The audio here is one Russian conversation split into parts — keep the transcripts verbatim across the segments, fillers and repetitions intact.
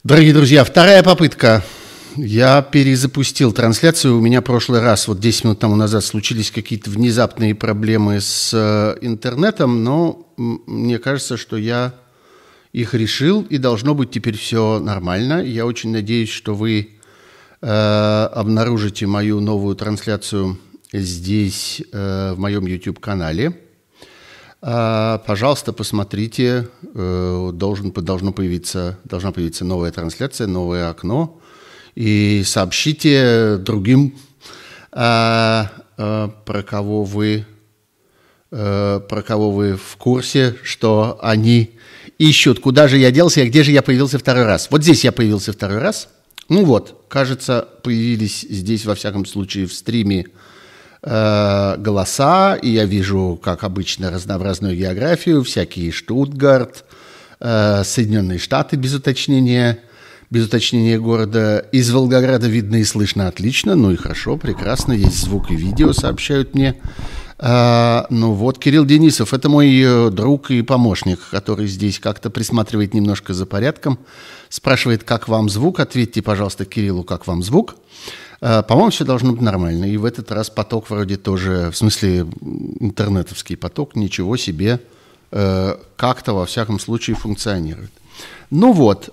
Дорогие друзья, вторая попытка. Я перезапустил трансляцию. У меня в прошлый раз, вот десять минут тому назад, случились какие-то внезапные проблемы с интернетом, но мне кажется, что я их решил, и должно быть теперь все нормально. Я очень надеюсь, что вы э, обнаружите мою новую трансляцию здесь, э, в моем YouTube-канале. Э, пожалуйста, посмотрите, э, должен, должно появиться, должна появиться новая трансляция, новое окно. И сообщите другим, э, э, про кого вы, э, про кого вы в курсе, что они ищут, куда же я делся, и где же я появился второй раз. Вот здесь я появился второй раз. Ну вот, кажется, появились здесь, во всяком случае, в стриме э, голоса, и я вижу, как обычно, разнообразную географию, всякие Штутгарт, э, Соединенные Штаты, без уточнения, без уточнения города. Из Волгограда видно и слышно отлично, ну и хорошо, прекрасно, есть звук и видео, сообщают мне. А, ну вот, Кирилл Денисов, это мой друг и помощник, который здесь как-то присматривает немножко за порядком, спрашивает, как вам звук, ответьте, пожалуйста, Кириллу, как вам звук. А, по-моему, все должно быть нормально, и в этот раз поток вроде тоже, в смысле интернетовский поток, ничего себе, э, как-то во всяком случае функционирует. Ну вот,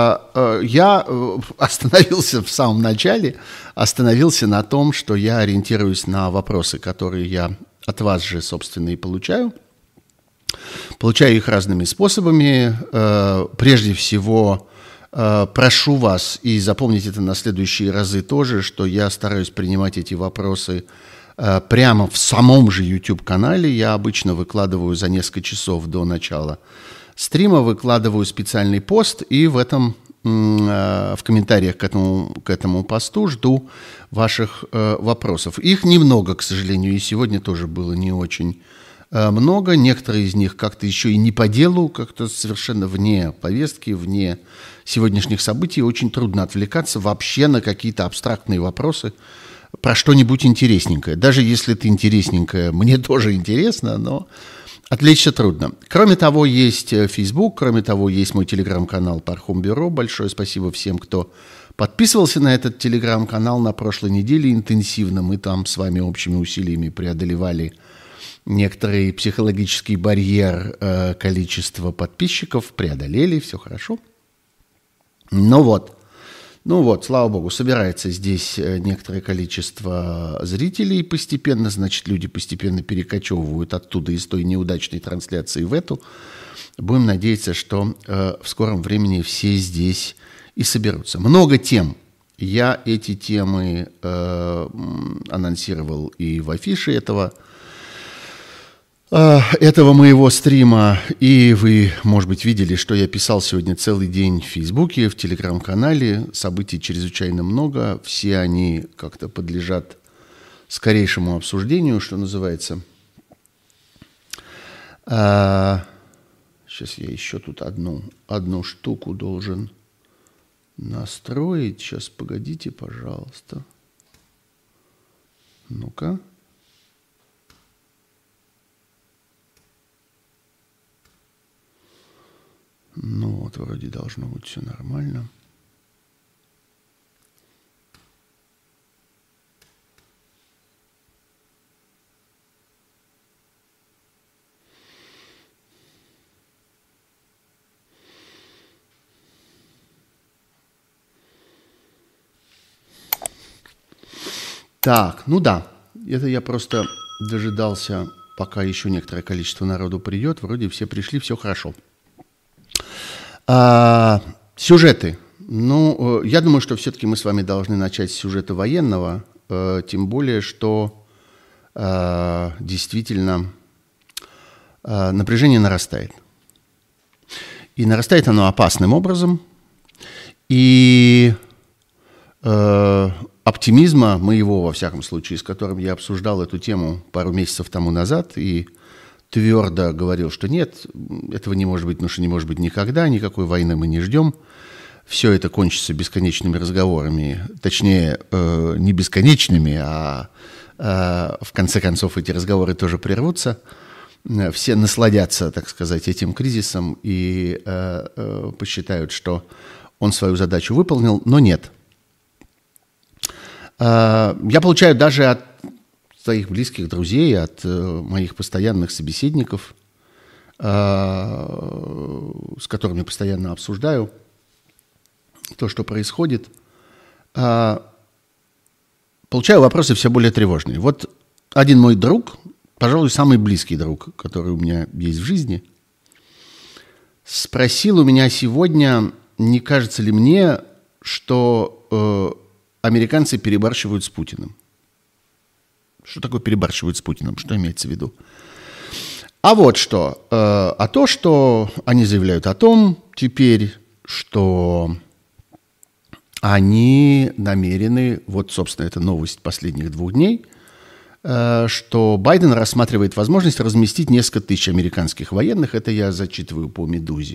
я остановился в самом начале, остановился на том, что я ориентируюсь на вопросы, которые я от вас же, собственно, и получаю. Получаю их разными способами. Прежде всего, прошу вас, и запомните это на следующие разы тоже, что я стараюсь принимать эти вопросы прямо в самом же YouTube-канале. Я обычно выкладываю за несколько часов до начала стрима, выкладываю специальный пост, и в этом, в комментариях к этому, к этому посту жду ваших вопросов. Их немного, к сожалению, и сегодня тоже было не очень много. Некоторые из них как-то еще и не по делу, как-то совершенно вне повестки, вне сегодняшних событий. Очень трудно отвлекаться вообще на какие-то абстрактные вопросы про что-нибудь интересненькое. Даже если это интересненькое, мне тоже интересно, но отвлечься трудно. Кроме того, есть Facebook, кроме того, есть мой телеграм-канал Пархом Бюро. Большое спасибо всем, кто подписывался на этот телеграм-канал на прошлой неделе интенсивно. Мы там с вами общими усилиями преодолевали некоторый психологический барьер э, количества подписчиков. Преодолели, все хорошо. Ну вот. Ну вот, слава богу, собирается здесь некоторое количество зрителей постепенно, значит, люди постепенно перекочевывают оттуда из той неудачной трансляции в эту. Будем надеяться, что э, в скором времени все здесь и соберутся. Много тем. Я эти темы э, анонсировал и в афише этого этого моего стрима, и вы, может быть, видели, что я писал сегодня целый день в Фейсбуке, в Телеграм-канале. Событий чрезвычайно много, все они как-то подлежат скорейшему обсуждению, что называется. А, сейчас я еще тут одну, одну штуку должен настроить. Сейчас, погодите, пожалуйста. Ну-ка. Ну вот, вроде должно быть все нормально. Так, ну да, это я просто дожидался, пока еще некоторое количество народу придет. Вроде все пришли, все хорошо. А, сюжеты. Ну, я думаю, что все-таки мы с вами должны начать с сюжета военного, э, тем более, что э, действительно э, напряжение нарастает. И нарастает оно опасным образом. И э, оптимизма моего, во всяком случае, с которым я обсуждал эту тему пару месяцев тому назад, и твердо говорил, что нет, этого не может быть, потому что не может быть никогда, никакой войны мы не ждем. Все это кончится бесконечными разговорами, точнее, э, не бесконечными, а э, в конце концов эти разговоры тоже прервутся. Все насладятся, так сказать, этим кризисом и э, э, посчитают, что он свою задачу выполнил, но нет. Я получаю даже от своих близких друзей, от моих постоянных собеседников, с которыми постоянно обсуждаю то, что происходит, получаю вопросы все более тревожные. Вот один мой друг, пожалуй, самый близкий друг, который у меня есть в жизни, спросил у меня сегодня, не кажется ли мне, что э, американцы перебарщивают с Путиным. Что такое перебарщивают с Путиным? Что имеется в виду? А вот что. Э, а то, что они заявляют о том теперь, что они намерены, вот, собственно, это новость последних двух дней, что Байден рассматривает возможность разместить несколько тысяч американских военных, это я зачитываю по «Медузе»,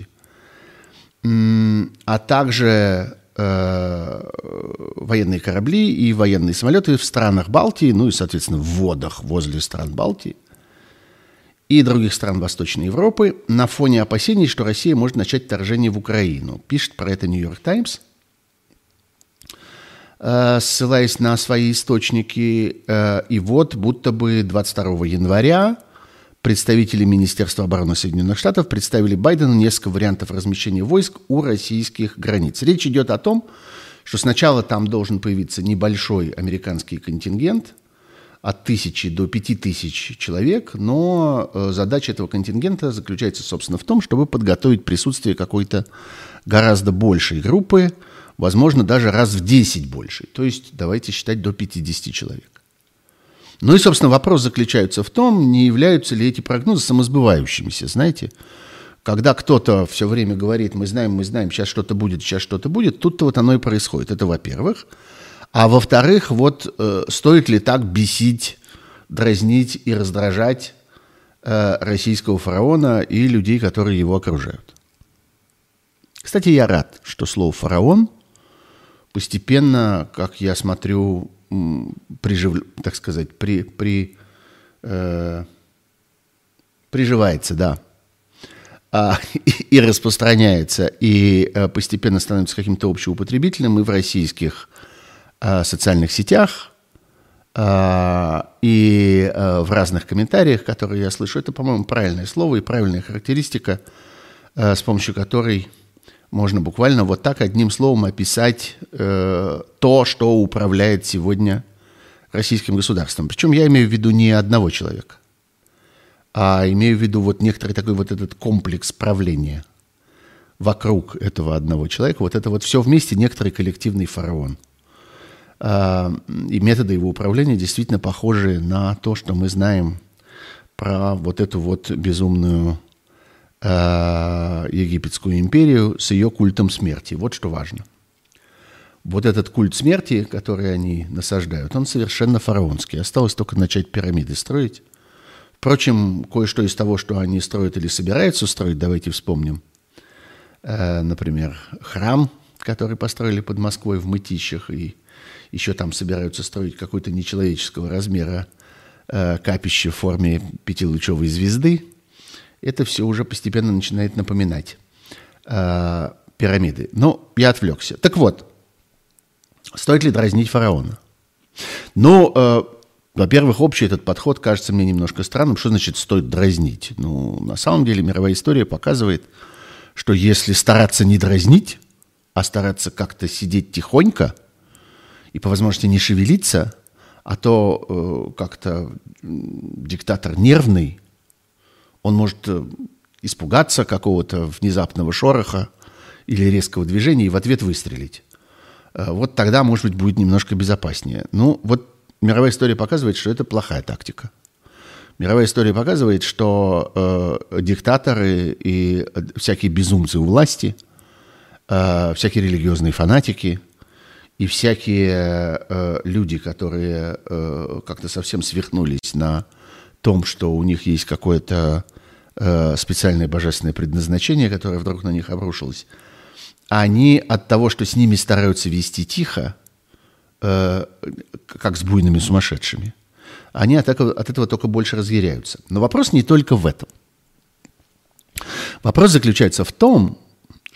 а также э, военные корабли и военные самолеты в странах Балтии, ну и, соответственно, в водах возле стран Балтии и других стран Восточной Европы на фоне опасений, что Россия может начать вторжение в Украину. Пишет про это «Нью-Йорк Таймс», ссылаясь на свои источники. И вот, будто бы двадцать второго января представители Министерства обороны Соединенных Штатов представили Байдену несколько вариантов размещения войск у российских границ. Речь идет о том, что сначала там должен появиться небольшой американский контингент от тысячи до пяти тысяч человек, но задача этого контингента заключается, собственно, в том, чтобы подготовить присутствие какой-то гораздо большей группы, возможно, даже раз в десять больше. То есть, давайте считать, до пятидесяти человек. Ну и, собственно, вопрос заключается в том, не являются ли эти прогнозы самосбывающимися. Знаете, когда кто-то все время говорит, мы знаем, мы знаем, сейчас что-то будет, сейчас что-то будет, тут-то вот оно и происходит. Это во-первых. А во-вторых, вот э, стоит ли так бесить, дразнить и раздражать э, российского фараона и людей, которые его окружают. Кстати, я рад, что слово «фараон» постепенно, как я смотрю, прижив, так сказать, при, при, э, приживается, да, а, и, и распространяется, и э, постепенно становится каким-то общеупотребительным и в российских э, социальных сетях, э, и э, в разных комментариях, которые я слышу. Это, по-моему, правильное слово и правильная характеристика, э, с помощью которой можно буквально вот так одним словом описать э, то, что управляет сегодня российским государством. Причем я имею в виду не одного человека, а имею в виду вот некоторый такой вот этот комплекс правления вокруг этого одного человека. Вот это вот все вместе некоторый коллективный фараон. Э, и методы его управления действительно похожи на то, что мы знаем про вот эту вот безумную египетскую империю с ее культом смерти. Вот что важно. Вот этот культ смерти, который они насаждают, он совершенно фараонский. Осталось только начать пирамиды строить. Впрочем, кое-что из того, что они строят или собираются строить, давайте вспомним. Например, храм, который построили под Москвой в Мытищах, и еще там собираются строить какой-то нечеловеческого размера капище в форме пятилучевой звезды. Это все уже постепенно начинает напоминать э, пирамиды. Но я отвлекся. Так вот, стоит ли дразнить фараона? Ну, э, во-первых, общий этот подход кажется мне немножко странным. Что значит стоит дразнить? Ну, на самом деле мировая история показывает, что если стараться не дразнить, а стараться как-то сидеть тихонько и по возможности не шевелиться, а то э, как-то диктатор нервный, он может испугаться какого-то внезапного шороха или резкого движения и в ответ выстрелить. Вот тогда, может быть, будет немножко безопаснее. Ну, вот мировая история показывает, что это плохая тактика. Мировая история показывает, что э, диктаторы и всякие безумцы у власти, э, всякие религиозные фанатики и всякие э, люди, которые э, как-то совсем свихнулись на том, что у них есть какое-то э, специальное божественное предназначение, которое вдруг на них обрушилось, они от того, что с ними стараются вести тихо, э, как с буйными сумасшедшими, они от этого, от этого только больше разъяряются. Но вопрос не только в этом. Вопрос заключается в том,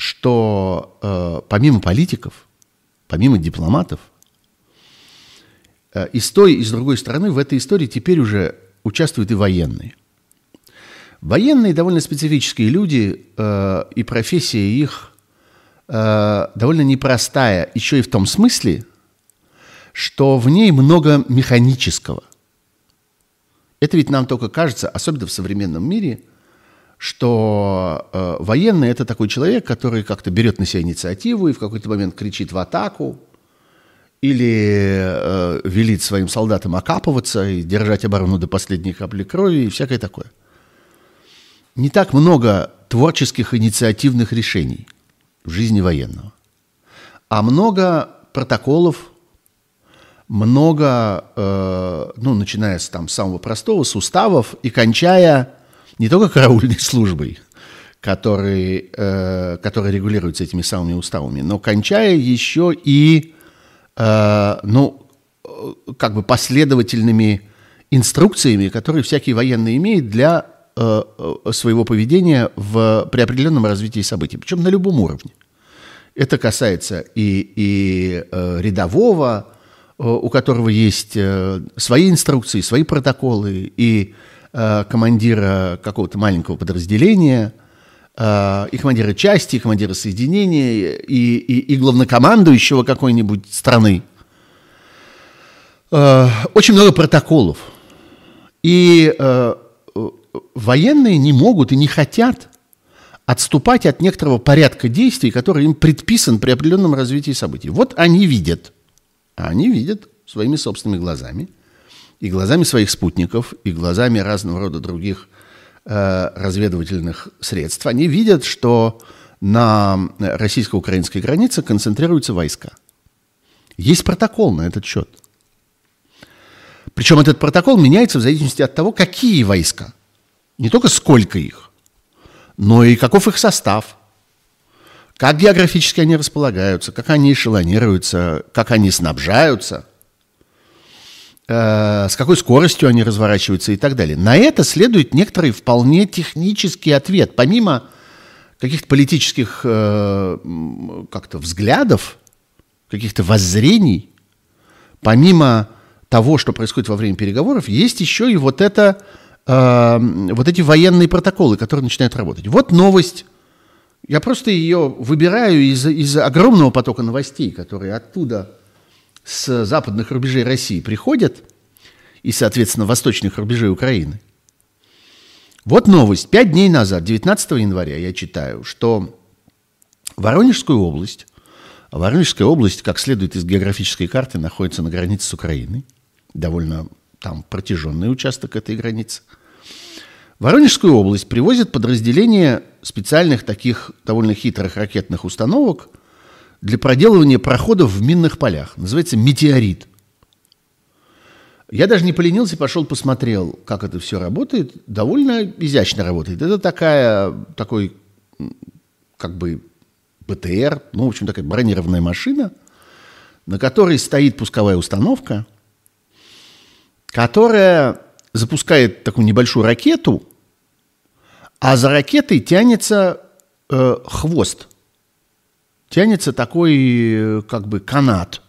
что э, помимо политиков, помимо дипломатов, э, и с той, и с другой стороны в этой истории теперь уже участвуют и военные. Военные довольно специфические люди, э, и профессия их э, довольно непростая, еще и в том смысле, что в ней много механического. Это ведь нам только кажется, особенно в современном мире, что э, военный – это такой человек, который как-то берет на себя инициативу и в какой-то момент кричит в атаку или э, велит своим солдатам окапываться и держать оборону до последней капли крови и всякое такое. Не так много творческих инициативных решений в жизни военного, а много протоколов, много, э, ну, начиная с там, самого простого, с уставов и кончая не только караульной службой, который, э, которая регулируется этими самыми уставами, но кончая еще и, э, ну, как бы последовательными инструкциями, которые всякий военный имеет для э, своего поведения в, при определенном развитии событий, причем на любом уровне. Это касается и, и э, рядового, у которого есть свои инструкции, свои протоколы, и э, командира какого-то маленького подразделения, э, и командира части, и командира соединения, и, и, и главнокомандующего какой-нибудь страны. Э, очень много протоколов. И э, военные не могут и не хотят отступать от некоторого порядка действий, который им предписан при определенном развитии событий. Вот они видят. А они видят своими собственными глазами, и глазами своих спутников, и глазами разного рода других э, разведывательных средств. Они видят, что на российско-украинской границе концентрируются войска. Есть протокол на этот счет. Причем этот протокол меняется в зависимости от того, какие войска. Не только сколько их, но и каков их состав. Как географически они располагаются, как они эшелонируются, как они снабжаются, э, с какой скоростью они разворачиваются и так далее. На это следует некоторый вполне технический ответ. Помимо каких-то политических э, как-то взглядов, каких-то воззрений, помимо того, что происходит во время переговоров, есть еще и вот, это, э, вот эти военные протоколы, которые начинают работать. Вот новость. Я просто ее выбираю из, из огромного потока новостей, которые оттуда, с западных рубежей России, приходят, и, соответственно, восточных рубежей Украины. Вот новость. Пять дней назад, девятнадцатого января, я читаю, что Воронежскую область, а Воронежская область, как следует из географической карты, находится на границе с Украиной, довольно там протяженный участок этой границы. Воронежскую область привозят подразделения специальных таких довольно хитрых ракетных установок для проделывания проходов в минных полях. Называется «Метеорит». Я даже не поленился, пошел посмотрел, как это все работает. Довольно изящно работает. Это такая, такой, как бы, БТР, ну, в общем, такая бронированная машина, на которой стоит пусковая установка, которая запускает такую небольшую ракету, а за ракетой тянется э, хвост, тянется такой как бы канат.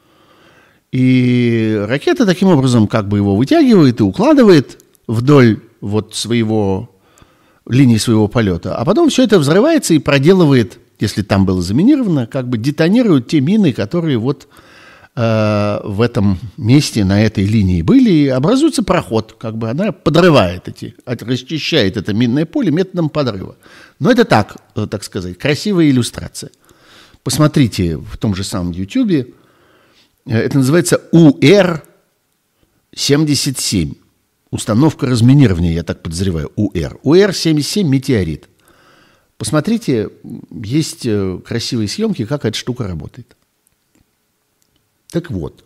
И ракета таким образом как бы его вытягивает и укладывает вдоль вот своего, линии своего полета. А потом все это взрывается и проделывает, если там было заминировано, как бы детонирует те мины, которые вот э, в этом месте, на этой линии были, и образуется проход, как бы она подрывает эти, расчищает это минное поле методом подрыва. Но это так, так сказать, красивая иллюстрация. Посмотрите в том же самом Ютьюбе, это называется У Р семьдесят семь, установка разминирования, я так подозреваю, У Р. У Р семьдесят семь «Метеорит». Посмотрите, есть красивые съемки, как эта штука работает. Так вот,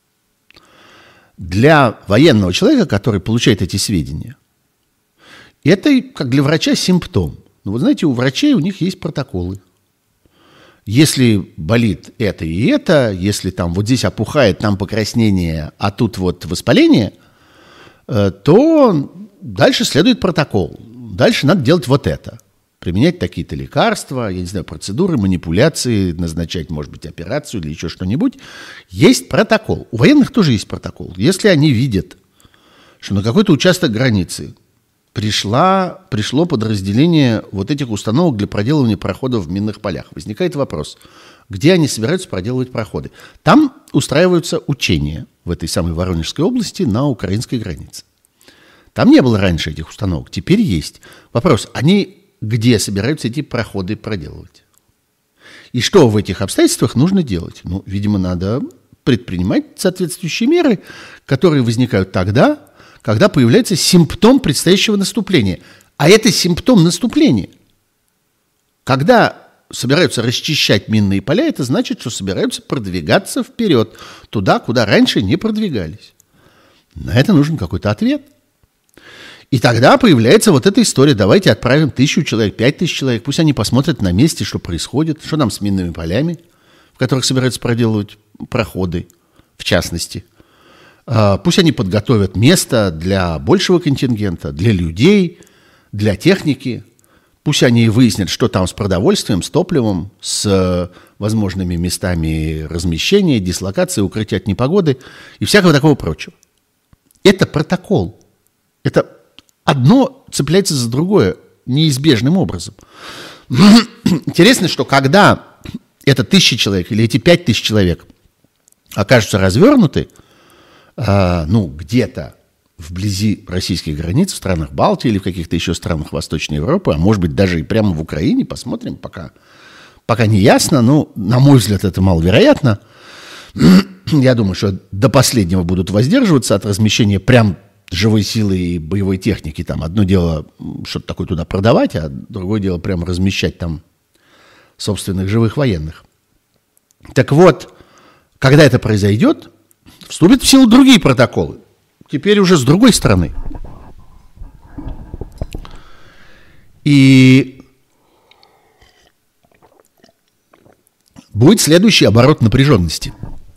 для военного человека, который получает эти сведения, это, как для врача, симптом. Но вы знаете, у врачей у них есть протоколы. Если болит это и это, если там вот здесь опухает, там покраснение, а тут вот воспаление, то дальше следует протокол. Дальше надо делать вот это. применять такие-то лекарства, я не знаю, процедуры, манипуляции, назначать, может быть, операцию или еще что-нибудь. Есть протокол. У военных тоже есть протокол. Если они видят, что на какой-то участок границы пришла, пришло подразделение вот этих установок для проделывания проходов в минных полях, возникает вопрос, где они собираются проделывать проходы. Там устраиваются учения в этой самой Воронежской области на украинской границе. Там не было раньше этих установок, теперь есть. Вопрос, они где собираются эти проходы проделывать? И что в этих обстоятельствах нужно делать? Ну, видимо, надо предпринимать соответствующие меры, которые возникают тогда, когда появляется симптом предстоящего наступления. А это симптом наступления. Когда собираются расчищать минные поля, это значит, что собираются продвигаться вперед, туда, куда раньше не продвигались. На это нужен какой-то ответ. И тогда появляется вот эта история. Давайте отправим тысячу человек, пять тысяч человек. Пусть они посмотрят на месте, что происходит, что там с минными полями, в которых собираются проделывать проходы, в частности. Пусть они подготовят место для большего контингента, для людей, для техники. Пусть они выяснят, что там с продовольствием, с топливом, с возможными местами размещения, дислокации, укрытия от непогоды и всякого такого прочего. Это протокол. Это одно цепляется за другое неизбежным образом. Интересно, что когда это тысяча человек или эти пять тысяч человек окажутся развернуты, э, ну, где-то вблизи российских границ, в странах Балтии или в каких-то еще странах Восточной Европы, а может быть даже и прямо в Украине, посмотрим, пока, пока не ясно, но, на мой взгляд, это маловероятно. Я думаю, что до последнего будут воздерживаться от размещения прям живой силы и боевой техники. Там одно дело что-то такое туда продавать, а другое дело прямо размещать там собственных живых военных. Так вот, когда это произойдет, вступят в силу другие протоколы. Теперь уже с другой стороны. И будет следующий оборот напряженности.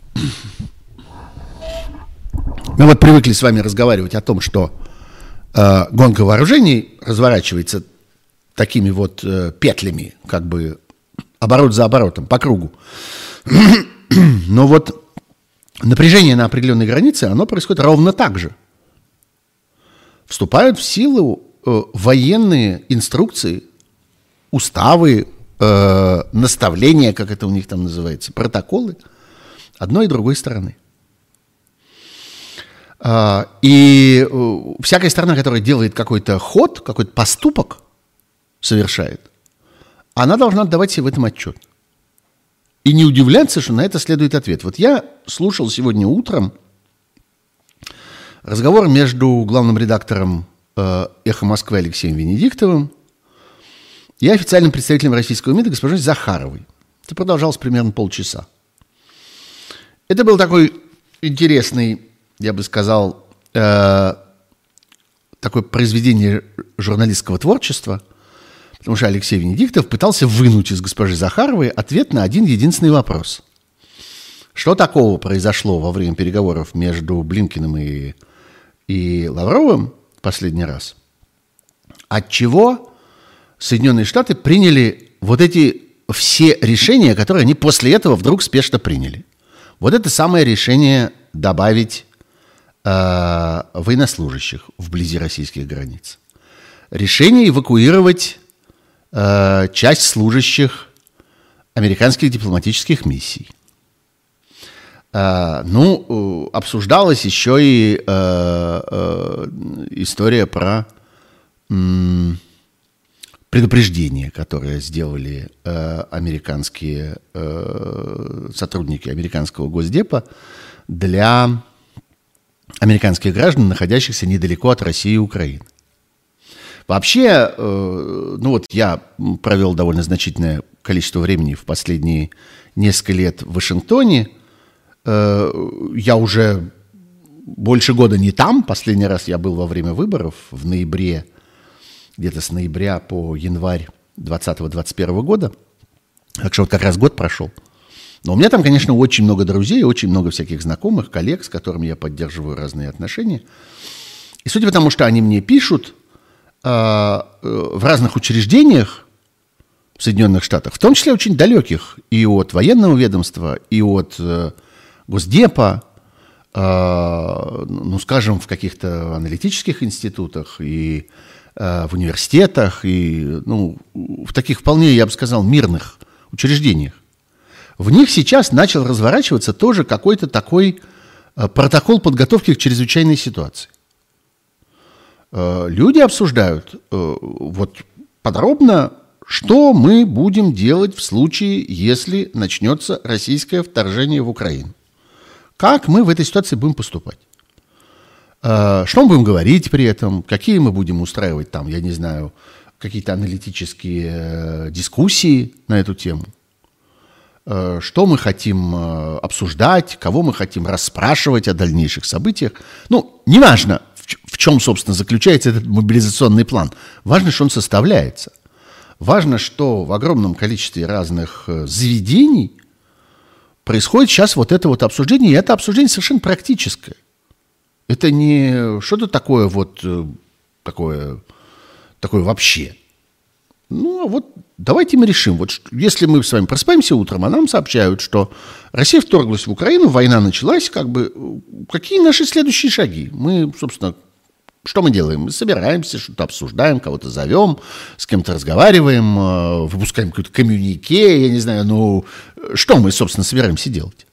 Мы вот привыкли с вами разговаривать о том, что э, гонка вооружений разворачивается такими вот э, петлями, как бы оборот за оборотом, по кругу. Но вот напряжение на определенной границе, оно происходит ровно так же. Вступают в силу э, военные инструкции, уставы, э, наставления, как это у них там называется, протоколы одной и другой стороны. Uh, и uh, всякая сторона, которая делает какой-то ход, какой-то поступок совершает, она должна отдавать себе в этом отчет. И не удивляться, что на это следует ответ. Вот я слушал сегодня утром разговор между главным редактором uh, «Эхо Москвы» Алексеем Венедиктовым и официальным представителем российского МИДа госпожой Захаровой. Это продолжалось примерно полчаса. Это был такой интересный, я бы сказал, э, такое произведение журналистского творчества, потому что Алексей Венедиктов пытался вынуть из госпожи Захаровой ответ на один единственный вопрос. Что такого произошло во время переговоров между Блинкеном и, и Лавровым в последний раз? Отчего Соединенные Штаты приняли вот эти все решения, которые они после этого вдруг спешно приняли? Вот это самое решение добавить э, военнослужащих вблизи российских границ. Решение эвакуировать э, часть служащих американских дипломатических миссий. Э, ну, э, обсуждалась еще и э, э, история про э, предупреждение, которое сделали э, американские э, сотрудники американского Госдепа для американских граждан, находящихся недалеко от России и Украины. Вообще, э, ну вот я провел довольно значительное количество времени в последние несколько лет в Вашингтоне. Э, я уже больше года не там. Последний раз я был во время выборов в ноябре, где-то с ноября по январь двадцатого двадцать первого года. Так что вот как раз год прошел. Но у меня там, конечно, очень много друзей, очень много всяких знакомых, коллег, с которыми я поддерживаю разные отношения. И судя по тому, что они мне пишут, э, э, в разных учреждениях в Соединенных Штатах, в том числе очень далеких и от военного ведомства, и от э, Госдепа, э, ну, скажем, в каких-то аналитических институтах и э, в университетах, и ну, в таких вполне, я бы сказал, мирных учреждениях. В них сейчас начал разворачиваться тоже какой-то такой э, протокол подготовки к чрезвычайной ситуации. Э, люди обсуждают э, вот подробно, что мы будем делать в случае, если начнется российское вторжение в Украину. Как мы в этой ситуации будем поступать? Что мы будем говорить при этом? Какие мы будем устраивать там, я не знаю, какие-то аналитические дискуссии на эту тему? Что мы хотим обсуждать? Кого мы хотим расспрашивать о дальнейших событиях? Ну, неважно, в чем, собственно, заключается этот мобилизационный план. Важно, что он составляется. Важно, что в огромном количестве разных заведений происходит сейчас вот это вот обсуждение, и это обсуждение совершенно практическое. Это не что-то такое вот, такое, такое вообще. Ну, а вот давайте мы решим. Вот если мы с вами просыпаемся утром, а нам сообщают, что Россия вторглась в Украину, война началась, как бы, какие наши следующие шаги? Мы, собственно, что мы делаем? Мы собираемся, что-то обсуждаем, кого-то зовем, с кем-то разговариваем, выпускаем какое-то коммюнике, я не знаю, ну, что мы, собственно, собираемся делать?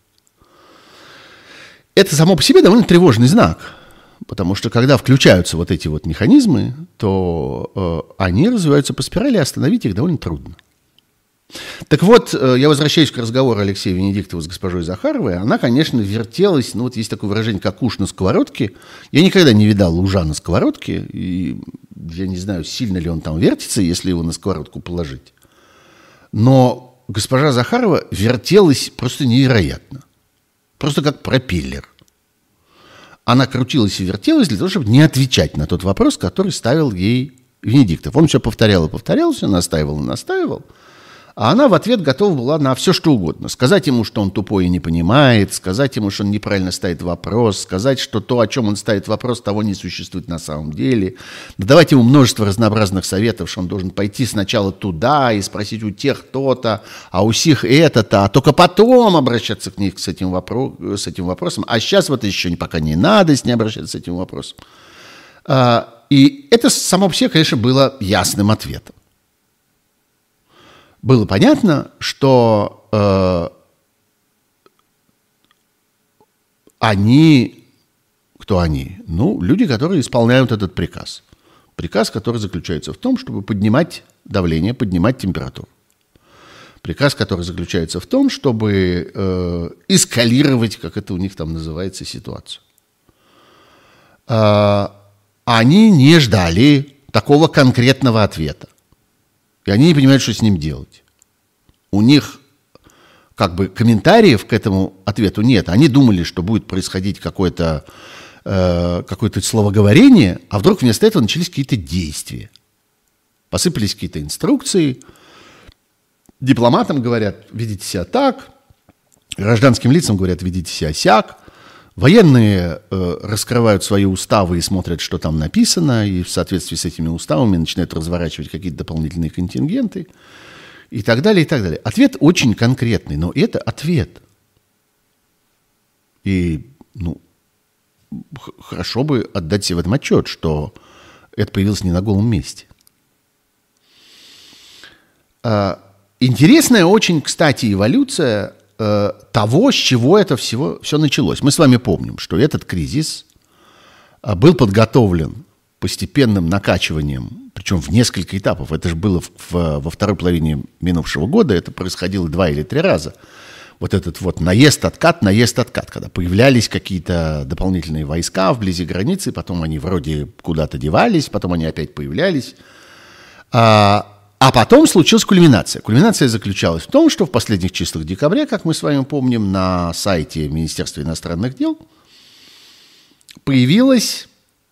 Это само по себе довольно тревожный знак, потому что когда включаются вот эти вот механизмы, то э, они развиваются по спирали, и остановить их довольно трудно. Так вот, я возвращаюсь к разговору Алексея Венедиктова с госпожой Захаровой. Она, конечно, вертелась, ну вот есть такое выражение, как уж на сковородке. Я никогда не видал ужа на сковородке, и я не знаю, сильно ли он там вертится, если его на сковородку положить. Но госпожа Захарова вертелась просто невероятно. Просто как пропеллер. Она крутилась и вертелась для того, чтобы не отвечать на тот вопрос, который ставил ей Венедиктов. Он все повторял и повторял, все настаивал и настаивал. А она в ответ готова была на все, что угодно. Сказать ему, что он тупой и не понимает, сказать ему, что он неправильно ставит вопрос, сказать, что то, о чем он ставит вопрос, того не существует на самом деле. Давать ему множество разнообразных советов, что он должен пойти сначала туда и спросить у тех то-то, а у сих это-то, а только потом обращаться к ней с этим, вопро- с этим вопросом. А сейчас вот еще пока не надо с ней обращаться с этим вопросом. И это само по себе, конечно, было ясным ответом. Было понятно, что э, они, кто они? Ну, люди, которые исполняют этот приказ. Приказ, который заключается в том, чтобы поднимать давление, поднимать температуру. Приказ, который заключается в том, чтобы э, эскалировать, как это у них там называется, ситуацию. Э, они не ждали такого конкретного ответа. И они не понимают, что с ним делать. У них как бы комментариев к этому ответу нет. Они думали, что будет происходить какое-то, э, какое-то словоговорение, а вдруг вместо этого начались какие-то действия. Посыпались какие-то инструкции. Дипломатам говорят, ведите себя так. Гражданским лицам говорят, ведите себя сяк. Военные э, раскрывают свои уставы и смотрят, что там написано, и в соответствии с этими уставами начинают разворачивать какие-то дополнительные контингенты и так далее, и так далее. Ответ очень конкретный, но это ответ. И, ну, х- хорошо бы отдать себе в этом отчет, что это появилось не на голом месте. А, интересная очень, кстати, эволюция того, с чего это всего, все началось. Мы с вами помним, что этот кризис был подготовлен постепенным накачиванием, причем в несколько этапов. Это же было в, в, во второй половине минувшего года, это происходило два или три раза. Вот этот вот наезд-откат, наезд-откат, когда появлялись какие-то дополнительные войска вблизи границы, потом они вроде куда-то девались, потом они опять появлялись. А, А потом случилась кульминация. Кульминация заключалась в том, что в последних числах декабря, как мы с вами помним, на сайте Министерства иностранных дел появилось,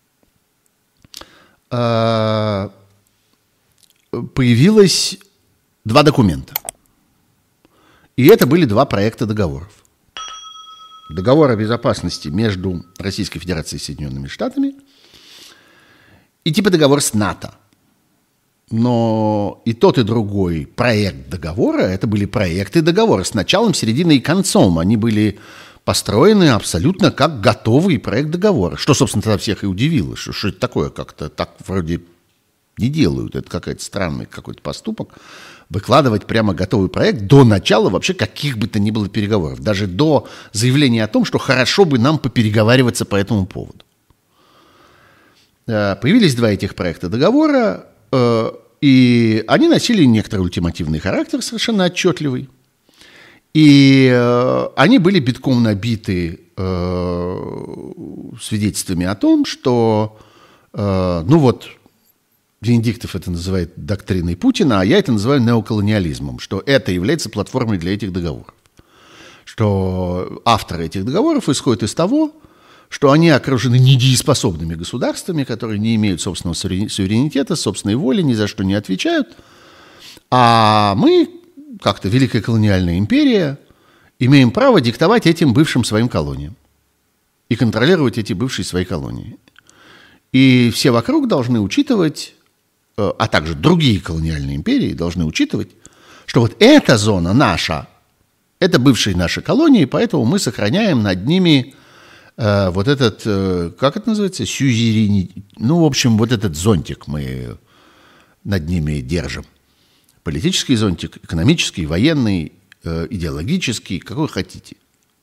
э, появилось два документа. И это были два проекта договоров. Договор о безопасности между Российской Федерацией и Соединенными Штатами и типа договор с НАТО. но и тот, и другой проект договора, это были проекты договора с началом, серединой и концом. Они были построены абсолютно как готовый проект договора. Что, собственно, тогда всех и удивило, что, что это такое, как-то так вроде не делают. Это какой-то странный какой-то поступок. Выкладывать прямо готовый проект до начала вообще каких бы то ни было переговоров. Даже до заявления о том, что хорошо бы нам попереговариваться по этому поводу. Появились два этих проекта договора, и они носили некоторый ультимативный характер, совершенно отчетливый. И они были битком набиты свидетельствами о том, что, ну вот, Венедиктов это называет доктриной Путина, а я это называю неоколониализмом, что это является платформой для этих договоров. Что авторы этих договоров исходят из того, что они окружены недееспособными государствами, которые не имеют собственного суверенитета, собственной воли, ни за что не отвечают. А мы, как-то Великая колониальная империя, имеем право диктовать этим бывшим своим колониям и контролировать эти бывшие свои колонии. И все вокруг должны учитывать, а также другие колониальные империи должны учитывать, что вот эта зона наша, это бывшие наши колонии, поэтому мы сохраняем над ними э, вот этот, э, как это называется, сюзеренитет, ну, в общем, вот этот зонтик мы над ними держим. Политический зонтик, экономический, военный, э, идеологический, какой хотите.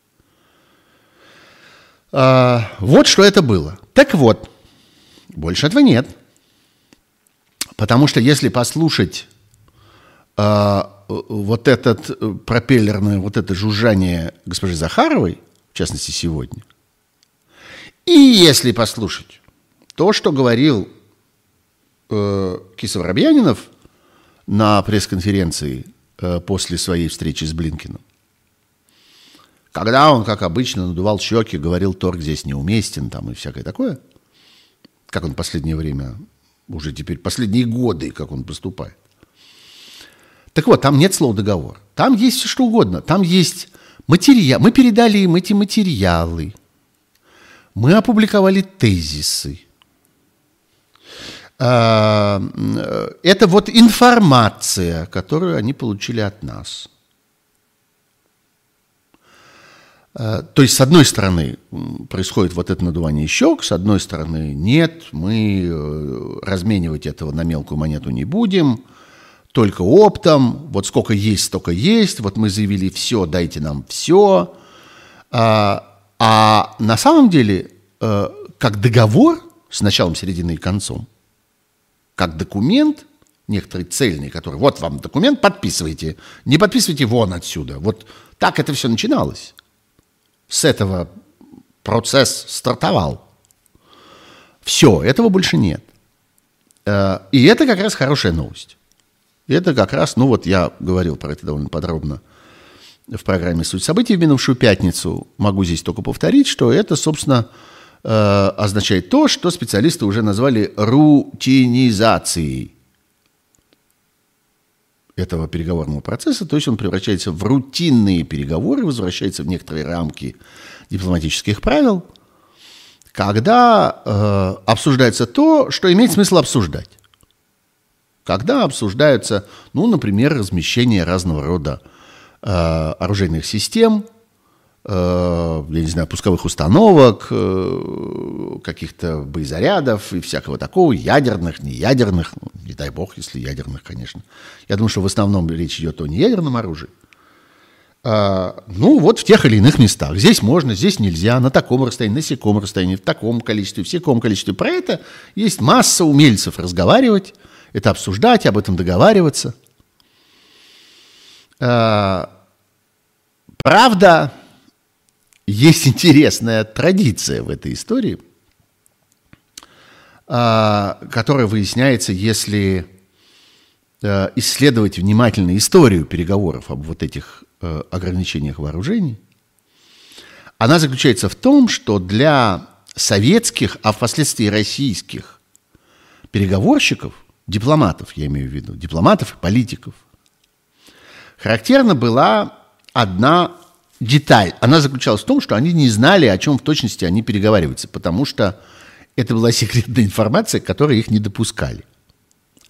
А, вот что это было. Так вот, больше этого нет. Потому что если послушать э, вот этот пропеллерное, вот это жужжание госпожи Захаровой, в частности, сегодня, и если послушать то, что говорил э, Кисов-Воробьянинов на пресс-конференции э, после своей встречи с Блинкиным, когда он, как обычно, надувал щеки, говорил, торг здесь неуместен, там и всякое такое, как он в последнее время... Уже теперь последние годы, как он поступает. Так вот, там нет слова договор. Там есть все что угодно. Там есть материал. Мы передали им эти материалы. Мы опубликовали тезисы. Это вот информация, которую они получили от нас. То есть, с одной стороны, происходит вот это надувание щек, с одной стороны, нет, мы разменивать этого на мелкую монету не будем, только оптом, вот сколько есть, столько есть, вот мы заявили все, дайте нам все. А, а на самом деле, как договор с началом, серединой и концом, как документ, некоторый цельный, который, вот вам документ, подписывайте, не подписывайте вон отсюда. Вот так это все начиналось. С этого процесс стартовал. Все, этого больше нет. И это как раз хорошая новость. Это как раз, ну вот я говорил про это довольно подробно в программе «Суть событий» в минувшую пятницу. Могу здесь только повторить, что это, собственно, означает то, что специалисты уже назвали рутинизацией этого переговорного процесса, то есть он превращается в рутинные переговоры, возвращается в некоторые рамки дипломатических правил, когда э, обсуждается то, что имеет смысл обсуждать. Когда обсуждаются, ну, например, размещение разного рода э, оружейных систем, э, я не знаю, пусковых установок, э, каких-то боезарядов и всякого такого, ядерных, неядерных, не дай бог, если ядерных, конечно. Я думаю, что в основном речь идет о неядерном оружии. А, ну, вот в тех или иных местах. Здесь можно, здесь нельзя, на таком расстоянии, на сяком расстоянии, в таком количестве, в всяком количестве. Про это есть масса умельцев разговаривать, это обсуждать, об этом договариваться. А, правда, есть интересная традиция в этой истории, которая выясняется, если исследовать внимательно историю переговоров об вот этих ограничениях вооружений. Она заключается в том, что для советских, а впоследствии российских переговорщиков, дипломатов, я имею в виду, дипломатов и политиков, характерна была одна деталь. Она заключалась в том, что они не знали, о чем в точности они переговариваются, потому что это была секретная информация, к которой их не допускали.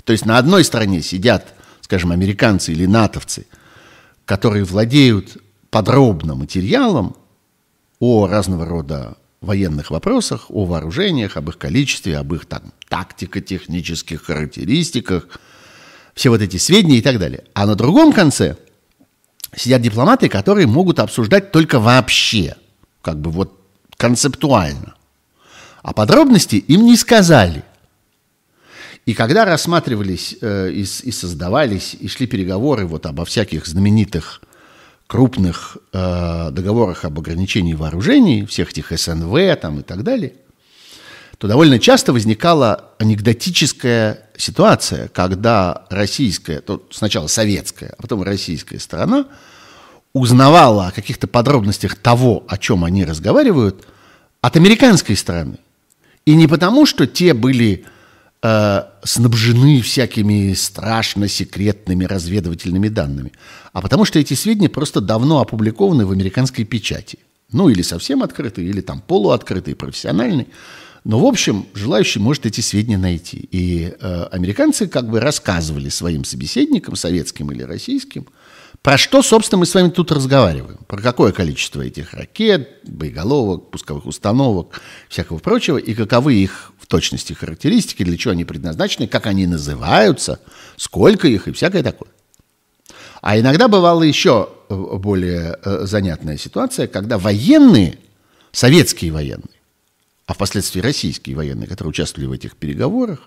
То есть на одной стороне сидят, скажем, американцы или натовцы, которые владеют подробно материалом о разного рода военных вопросах, о вооружениях, об их количестве, об их там, тактико-технических характеристиках, все вот эти сведения и так далее. А на другом конце сидят дипломаты, которые могут обсуждать только вообще, как бы вот концептуально. А подробности им не сказали. И когда рассматривались э, и, и создавались, и шли переговоры вот обо всяких знаменитых крупных э, договорах об ограничении вооружений, всех этих эс эн вэ там, и так далее, то довольно часто возникала анекдотическая ситуация, когда российская, то сначала советская, а потом российская сторона узнавала о каких-то подробностях того, о чем они разговаривают, от американской стороны. И не потому, что те были э, снабжены всякими страшно секретными разведывательными данными, а потому что эти сведения просто давно опубликованы в американской печати. Ну, или совсем открытые, или там полуоткрытые, профессиональные. Но, в общем, желающий может эти сведения найти. И э, американцы как бы рассказывали своим собеседникам, советским или российским, про что, собственно, мы с вами тут разговариваем. Про какое количество этих ракет, боеголовок, пусковых установок, всякого прочего, и каковы их в точности характеристики, для чего они предназначены, как они называются, сколько их и всякое такое. А иногда бывала еще более э, занятная ситуация, когда военные, советские военные, а впоследствии российские военные, которые участвовали в этих переговорах,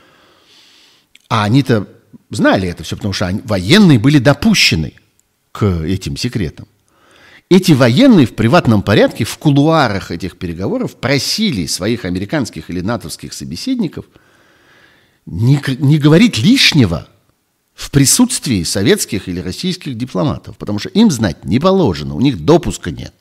а они-то знали это все, потому что они, военные были допущены к этим секретам. Эти военные в приватном порядке в кулуарах этих переговоров просили своих американских или натовских собеседников не, не говорить лишнего в присутствии советских или российских дипломатов, потому что им знать не положено, у них допуска нет.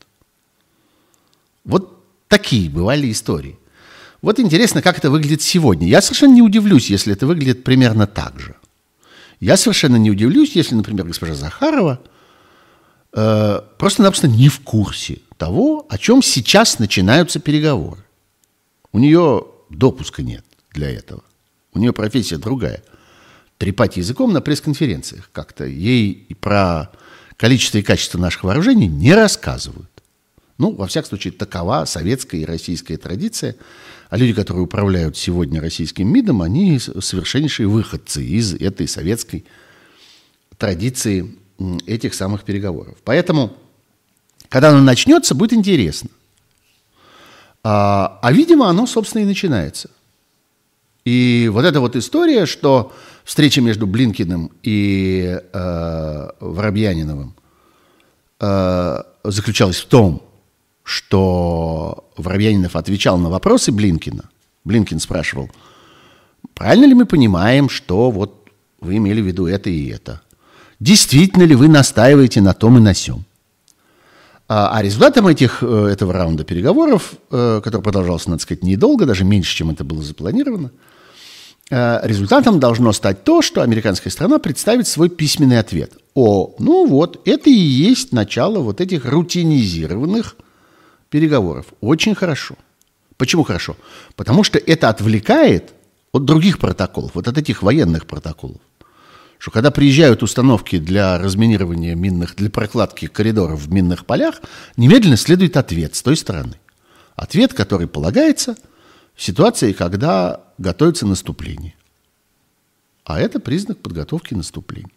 Вот такие бывали истории. Вот интересно, как это выглядит сегодня. Я совершенно не удивлюсь, если это выглядит примерно так же. Я совершенно не удивлюсь, если, например, госпожа Захарова э, просто-напросто не в курсе того, о чем сейчас начинаются переговоры. У нее допуска нет для этого. У нее профессия другая. Трепать языком на пресс-конференциях как-то. Ей и про количество и качество наших вооружений не рассказывают. Ну, во всяком случае, такова советская и российская традиция. А люди, которые управляют сегодня российским МИДом, они совершеннейшие выходцы из этой советской традиции этих самых переговоров. Поэтому, когда оно начнется, будет интересно. А, а видимо, оно, собственно, и начинается. И вот эта вот история, что встреча между Блинкиным и э, Воробьяниновым э, заключалась в том, что Воробьянинов отвечал на вопросы Блинкина. Блинкин спрашивал, правильно ли мы понимаем, что вот вы имели в виду это и это? Действительно ли вы настаиваете на том и на сём? А, а результатом этих, этого раунда переговоров, который продолжался, надо сказать, недолго, даже меньше, чем это было запланировано, результатом должно стать то, что американская сторона представит свой письменный ответ. О, ну вот, это и есть начало вот этих рутинизированных переговоров. Очень хорошо. Почему хорошо? Потому что это отвлекает от других протоколов, вот от этих военных протоколов. Что когда приезжают установки для разминирования минных, для прокладки коридоров в минных полях, немедленно следует ответ с той стороны. Ответ, который полагается в ситуации, когда готовится наступление. А это признак подготовки наступления.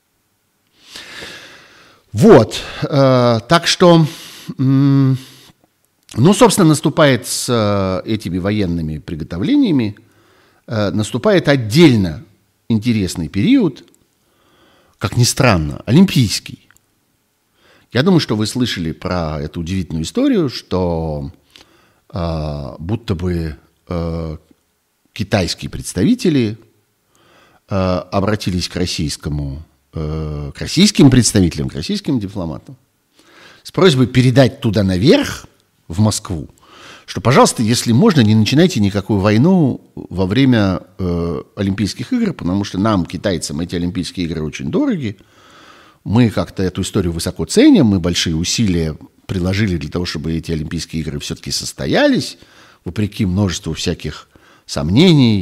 Вот. Э, так что... М- Ну, собственно, наступает с э, этими военными приготовлениями, э, наступает отдельно интересный период, как ни странно, олимпийский. Я думаю, что вы слышали про эту удивительную историю, что э, будто бы э, китайские представители э, обратились к российскому, э, к российским представителям, к российским дипломатам с просьбой передать туда наверх, в Москву, что, пожалуйста, если можно, не начинайте никакую войну во время э, Олимпийских игр, потому что нам, китайцам, эти Олимпийские игры очень дороги. Мы как-то эту историю высоко ценим, мы большие усилия приложили для того, чтобы эти Олимпийские игры все-таки состоялись, вопреки множеству всяких сомнений,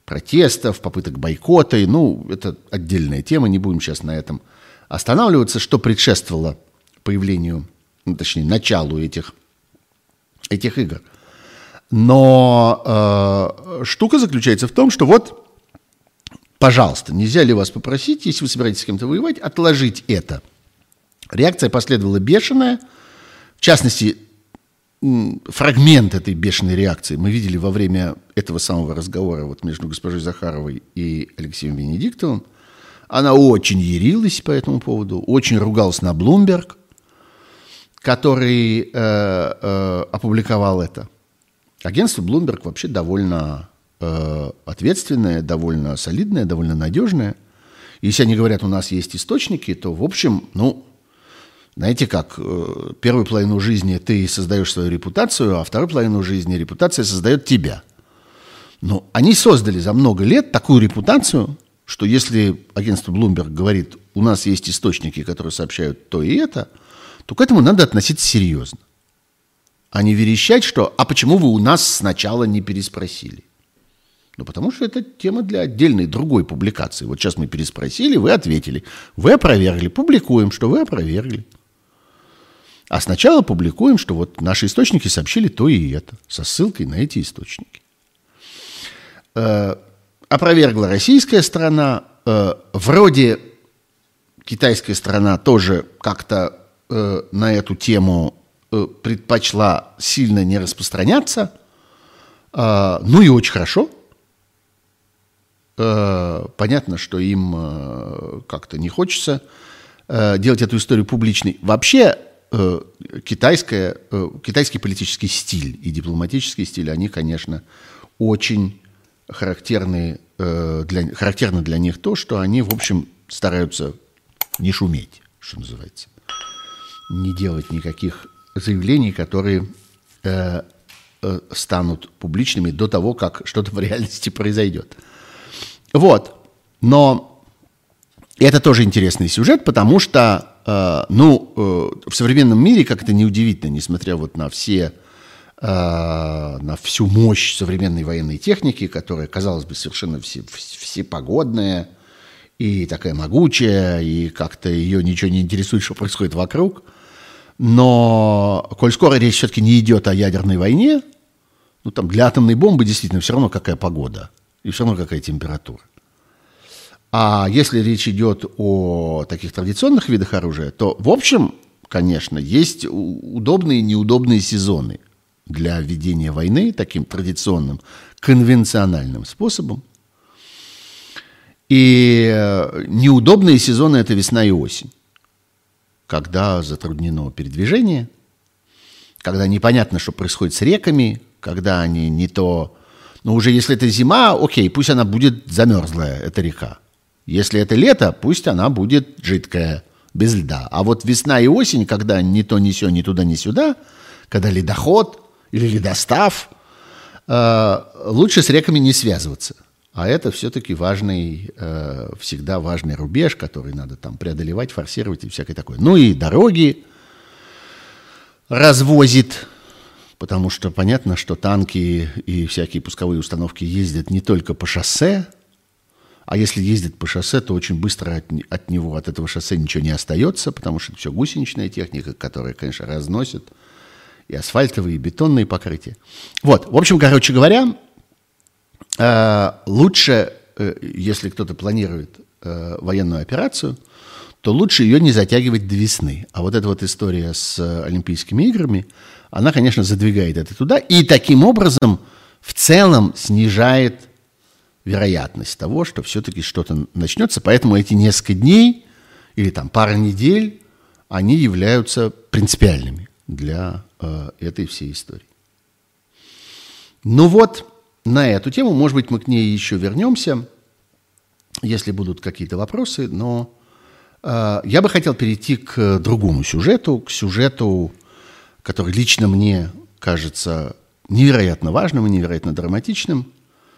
протестов, попыток бойкота. Ну, это отдельная тема, не будем сейчас на этом останавливаться. Что предшествовало появлению, ну, точнее, началу этих, этих игр. Но э, штука заключается в том, что вот, пожалуйста, нельзя ли вас попросить, если вы собираетесь с кем-то воевать, отложить это. Реакция последовала бешеная. В частности, фрагмент этой бешеной реакции мы видели во время этого самого разговора вот между госпожой Захаровой и Алексеем Венедиктовым. Она очень ярилась по этому поводу, очень ругалась на Bloomberg, который э, э, опубликовал это. Агентство Bloomberg вообще довольно э, ответственное, довольно солидное, довольно надежное. Если они говорят, у нас есть источники, то, в общем, ну, знаете как, э, первую половину жизни ты создаешь свою репутацию, а вторую половину жизни репутация создает тебя. Но они создали за много лет такую репутацию, что если агентство Bloomberg говорит, у нас есть источники, которые сообщают то и это, то к этому надо относиться серьезно. А не верещать, что «а почему вы у нас сначала не переспросили?» Ну, потому что это тема для отдельной другой публикации. Вот сейчас мы переспросили, вы ответили. Вы опровергли, публикуем, что вы опровергли. А сначала публикуем, что вот наши источники сообщили то и это, со ссылкой на эти источники. Э, опровергла российская сторона. Э, вроде китайская сторона тоже как-то э, на эту тему предпочла сильно не распространяться. Ну и очень хорошо. Понятно, что им как-то не хочется делать эту историю публичной. Вообще китайская, китайский политический стиль и дипломатический стиль, они, конечно, очень характерны для, характерно для них то, что они, в общем, стараются не шуметь, что называется. Не делать никаких заявлений, которые э, э, станут публичными до того, как что-то в реальности произойдет. Вот. Но это тоже интересный сюжет, потому что, э, ну, э, в современном мире, как это неудивительно, несмотря вот на все, э, на всю мощь современной военной техники, которая, казалось бы, совершенно все, всепогодная и такая могучая, и как-то ее ничего не интересует, что происходит вокруг. Но, коль скоро речь все-таки не идет о ядерной войне, ну, там для атомной бомбы действительно все равно какая погода и все равно какая температура. А если речь идет о таких традиционных видах оружия, то, в общем, конечно, есть удобные и неудобные сезоны для ведения войны таким традиционным, конвенциональным способом. И неудобные сезоны – это весна и осень, когда затруднено передвижение, когда непонятно, что происходит с реками, когда они не то... Ну, уже если это зима, окей, пусть она будет замерзлая, эта река. Если это лето, пусть она будет жидкая, без льда. А вот весна и осень, когда ни то, ни сё, ни туда, ни сюда, когда ледоход или ледостав, э, лучше с реками не связываться. А это все-таки важный, э, всегда важный рубеж, который надо там преодолевать, форсировать и всякое такое. Ну и дороги развозит, потому что понятно, что танки и всякие пусковые установки ездят не только по шоссе, а если ездят по шоссе, то очень быстро от, от него, от этого шоссе ничего не остается, потому что это все гусеничная техника, которая, конечно, разносит и асфальтовые, и бетонные покрытия. Вот, в общем, короче говоря, лучше, если кто-то планирует военную операцию, то лучше ее не затягивать до весны. А вот эта вот история с Олимпийскими играми, она, конечно, задвигает это туда и таким образом в целом снижает вероятность того, что все-таки что-то начнется. Поэтому эти несколько дней или там пара недель, они являются принципиальными для э, этой всей истории. Ну вот, на эту тему, может быть, мы к ней еще вернемся, если будут какие-то вопросы, но э, я бы хотел перейти к другому сюжету, к сюжету, который лично мне кажется невероятно важным и невероятно драматичным.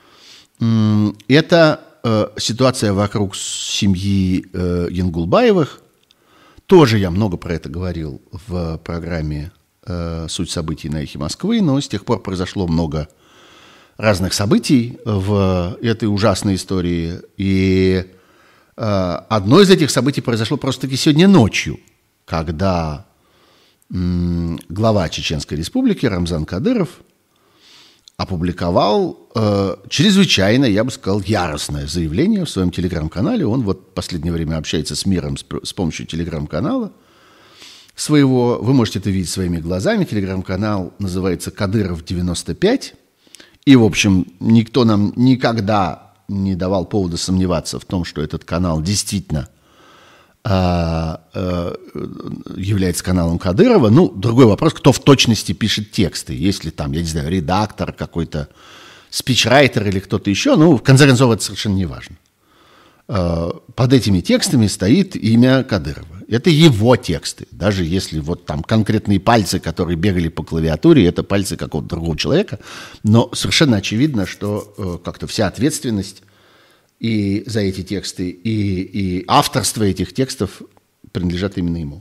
Это э, ситуация вокруг семьи э, Янгулбаевых. Тоже я много про это говорил в программе э, «Суть событий» на «Эхе Москвы», но с тех пор произошло много разных событий в этой ужасной истории. И э, одно из этих событий произошло просто-таки сегодня ночью, когда м, глава Чеченской Республики Рамзан Кадыров опубликовал э, чрезвычайно, я бы сказал, яростное заявление в своем телеграм-канале. Он вот в последнее время общается с миром с, с помощью телеграм-канала своего. Вы можете это видеть своими глазами. Телеграм-канал называется «Кадыров девяносто пять». И, в общем, никто нам никогда не давал повода сомневаться в том, что этот канал действительно а, а, является каналом Кадырова. Ну, другой вопрос, кто в точности пишет тексты. Если там, я не знаю, редактор какой-то, спичрайтер или кто-то еще, ну, в конце концов, это совершенно не важно. А, под этими текстами стоит имя Кадырова. Это его тексты. Даже если вот там конкретные пальцы, которые бегали по клавиатуре, это пальцы какого-то другого человека. Но совершенно очевидно, что э, как-то вся ответственность и за эти тексты, и, и авторство этих текстов принадлежат именно ему.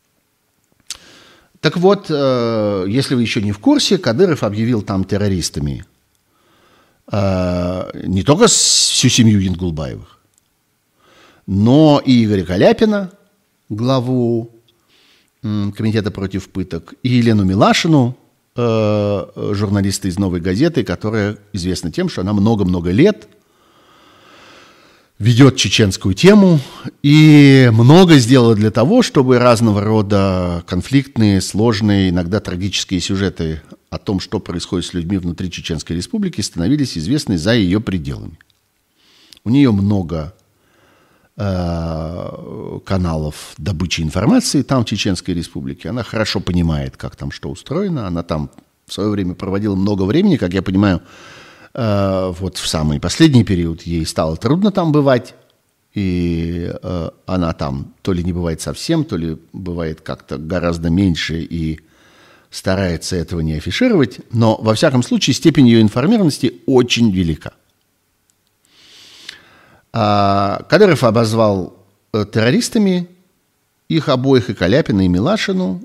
Так вот, э, если вы еще не в курсе, Кадыров объявил там террористами э, не только всю семью Янгулбаевых, но и Игоря Каляпина, главу м, комитета против пыток, и Елену Милашину, э, журналиста из «Новой газеты», которая известна тем, что она много-много лет ведет чеченскую тему и много сделала для того, чтобы разного рода конфликтные, сложные, иногда трагические сюжеты о том, что происходит с людьми внутри Чеченской Республики, становились известны за ее пределами. У нее много каналов добычи информации там, в Чеченской Республике. Она хорошо понимает, как там что устроено. Она там в свое время проводила много времени, как я понимаю, вот в самый последний период ей стало трудно там бывать. И она там то ли не бывает совсем, то ли бывает как-то гораздо меньше и старается этого не афишировать. Но, во всяком случае, степень ее информированности очень велика. Кадыров обозвал террористами их обоих, и Каляпина, и Милашину.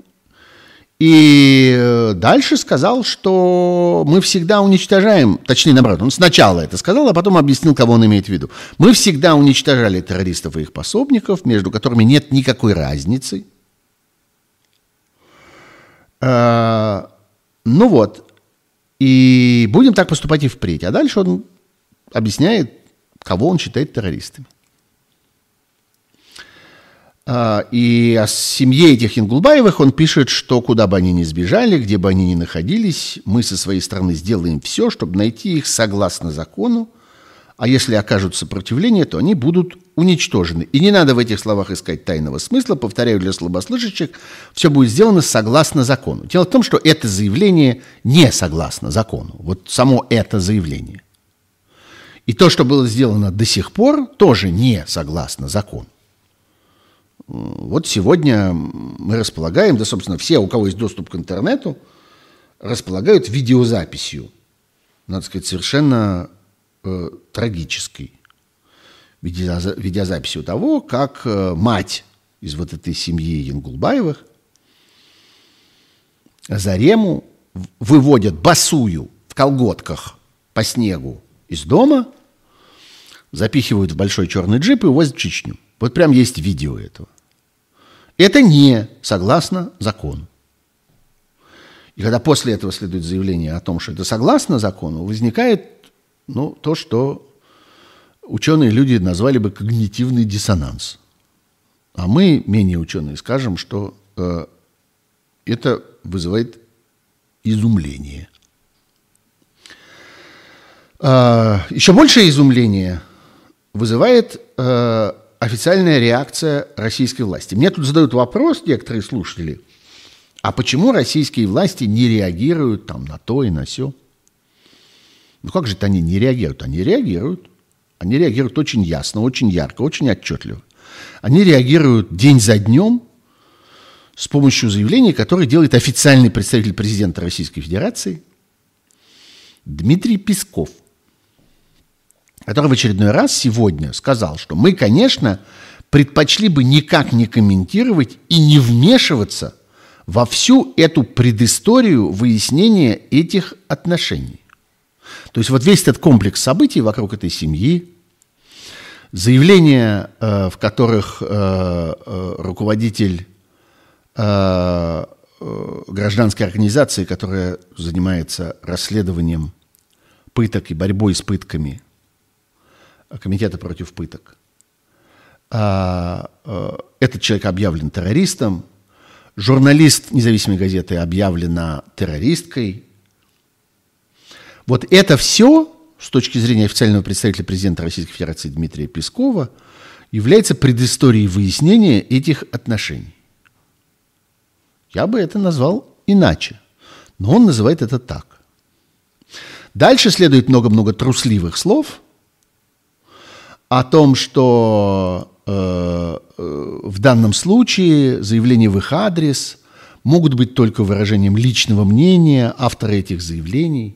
И дальше сказал, что мы всегда уничтожаем, точнее, наоборот, он сначала это сказал, а потом объяснил, кого он имеет в виду. Мы всегда уничтожали террористов и их пособников, между которыми нет никакой разницы. Ну вот. И будем так поступать и впредь. А дальше он объясняет, кого он считает террористами. И о семье этих Янгулбаевых он пишет, что куда бы они ни сбежали, где бы они ни находились, мы со своей стороны сделаем все, чтобы найти их согласно закону, а если окажут сопротивление, то они будут уничтожены. И не надо в этих словах искать тайного смысла, повторяю для слабослышащих, все будет сделано согласно закону. Дело в том, что это заявление не согласно закону, вот само это заявление. И то, что было сделано до сих пор, тоже не согласно закону. Вот сегодня мы располагаем, да, собственно, все, у кого есть доступ к интернету, располагают видеозаписью, надо сказать, совершенно э, трагической. Видеоза- видеозаписью того, как э, мать из вот этой семьи Янгулбаевых Зарему выводят босую в колготках по снегу из дома, запихивают в большой черный джип и увозят в Чечню. Вот прям есть видео этого. Это не согласно закону. И когда после этого следует заявление о том, что это согласно закону, возникает ну, то, что ученые люди назвали бы когнитивный диссонанс. А мы, менее ученые, скажем, что э, это вызывает изумление. Э, еще большее изумление вызывает э, официальная реакция российской власти. Мне тут задают вопрос некоторые слушатели, а почему российские власти не реагируют там, на то и на сё? Ну как же это они не реагируют? Они реагируют. Они реагируют очень ясно, очень ярко, очень отчетливо. Они реагируют день за днем с помощью заявления, которое делает официальный представитель президента Российской Федерации Дмитрий Песков, который в очередной раз сегодня сказал, что мы, конечно, предпочли бы никак не комментировать и не вмешиваться во всю эту предысторию выяснения этих отношений. То есть вот весь этот комплекс событий вокруг этой семьи, заявления, э, в которых э, э, руководитель э, э, гражданской организации, которая занимается расследованием пыток и борьбой с пытками, Комитета против пыток, э, э, этот человек объявлен террористом, журналист независимой газеты объявлена террористкой. Вот это все, с точки зрения официального представителя президента Российской Федерации Дмитрия Пескова, является предысторией выяснения этих отношений. Я бы это назвал иначе, но он называет это так. Дальше следует много-много трусливых слов о том, что э, э, в данном случае заявления в их адрес могут быть только выражением личного мнения автора этих заявлений.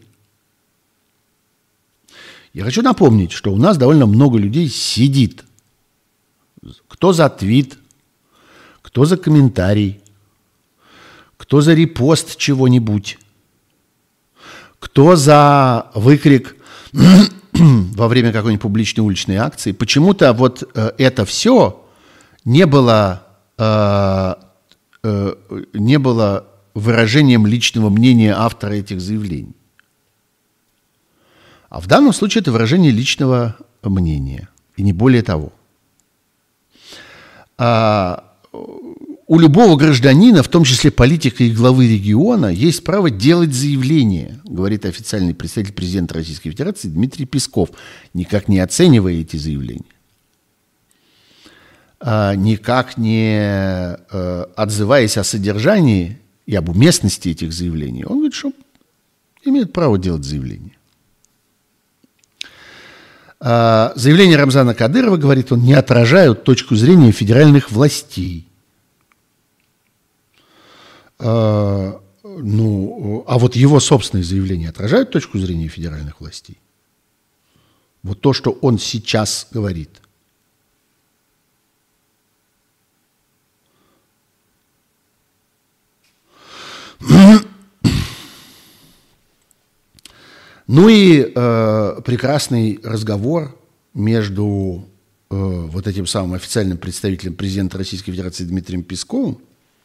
Я хочу напомнить, что у нас довольно много людей сидит. Кто за твит, кто за комментарий, кто за репост чего-нибудь, кто за выкрик во время какой-нибудь публичной уличной акции. Почему-то вот э, это все не было, э, э, не было выражением личного мнения автора этих заявлений. А в данном случае это выражение личного мнения, и не более того. А, у любого гражданина, в том числе политика и главы региона, есть право делать заявление, говорит официальный представитель президента Российской Федерации Дмитрий Песков, никак не оценивая эти заявления, а, никак не а, отзываясь о содержании и об уместности этих заявлений. Он говорит, что имеет право делать заявление. Заявления Рамзана Кадырова, говорит он, не отражают точку зрения федеральных властей. А, ну, а вот его собственные заявления отражают точку зрения федеральных властей? Вот то, что он сейчас говорит. Ну и э, прекрасный разговор между э, вот этим самым официальным представителем президента Российской Федерации Дмитрием Песковым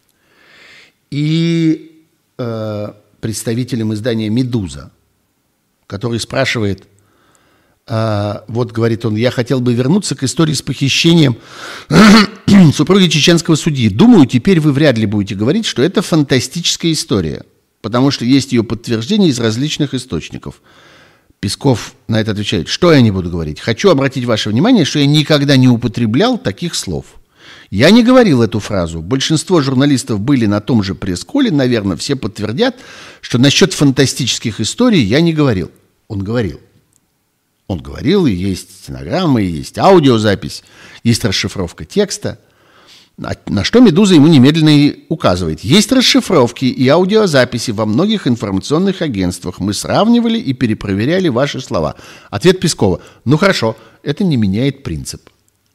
и э, представителем издания «Медуза», который спрашивает, э, вот говорит он, я хотел бы вернуться к истории с похищением супруги чеченского судьи. Думаю, теперь вы вряд ли будете говорить, что это фантастическая история, потому что есть ее подтверждение из различных источников. Песков на это отвечает, что я не буду говорить. Хочу обратить ваше внимание, что я никогда не употреблял таких слов. Я не говорил эту фразу. Большинство журналистов были на том же пресс-коле, наверное, все подтвердят, что насчет фантастических историй я не говорил. Он говорил. Он говорил, и есть стенограммы, и есть аудиозапись, есть расшифровка текста. На что «Медуза» ему немедленно и указывает. Есть расшифровки и аудиозаписи во многих информационных агентствах. Мы сравнивали и перепроверяли ваши слова. Ответ Пескова. Ну хорошо, это не меняет принцип.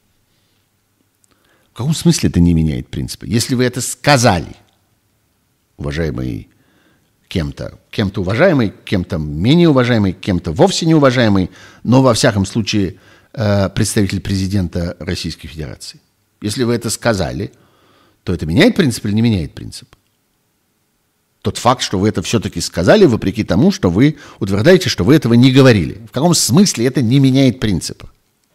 В каком смысле это не меняет принцип? Если вы это сказали, уважаемый кем-то, кем-то уважаемый, кем-то менее уважаемый, кем-то вовсе неуважаемый, но во всяком случае представитель президента Российской Федерации. Если вы это сказали, то это меняет принцип или не меняет принцип? Тот факт, что вы это все-таки сказали, вопреки тому, что вы утверждаете, что вы этого не говорили. В каком смысле это не меняет принципа?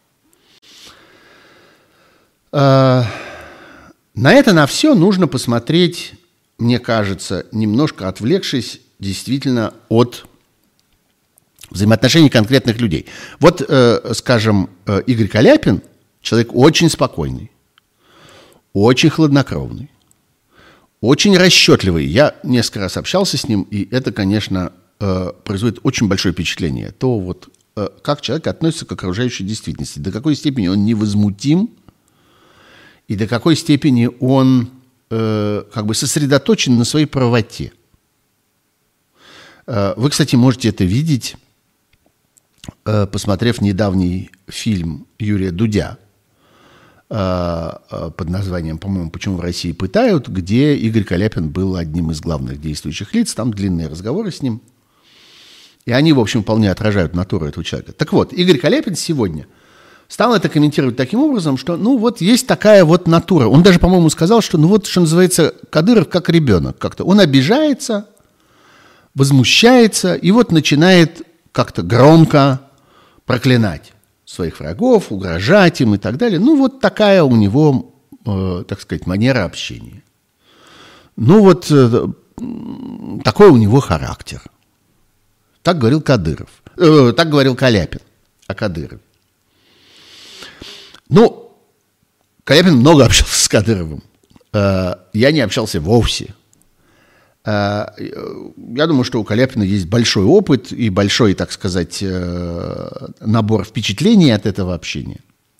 На это, на все нужно посмотреть, мне кажется, немножко отвлекшись действительно от взаимоотношений конкретных людей. Вот, скажем, Игорь Каляпин, человек очень спокойный, очень хладнокровный, очень расчетливый. Я несколько раз общался с ним, и это, конечно, производит очень большое впечатление. То вот как человек относится к окружающей действительности, до какой степени он невозмутим, и до какой степени он как бы сосредоточен на своей правоте. Вы, кстати, можете это видеть, посмотрев недавний фильм Юрия Дудя под названием, по-моему, «Почему в России пытают», где Игорь Каляпин был одним из главных действующих лиц. Там длинные разговоры с ним. И они, в общем, вполне отражают натуру этого человека. Так вот, Игорь Каляпин сегодня стал это комментировать таким образом, что, ну, вот есть такая вот натура. Он даже, по-моему, сказал, что, ну, вот, что называется, Кадыров как ребенок как-то. Он обижается, возмущается и вот начинает как-то громко проклинать своих врагов, угрожать им и так далее. Ну, вот такая у него, э, так сказать, манера общения. Ну, вот э, такой у него характер. Так говорил Кадыров. Э, так говорил Каляпин о Кадырове. Ну, Каляпин много общался с Кадыровым. Э, я не общался вовсе. Э, я думаю, что у Каляпина есть большой опыт и большой, так сказать, э, набор впечатлений от этого общения.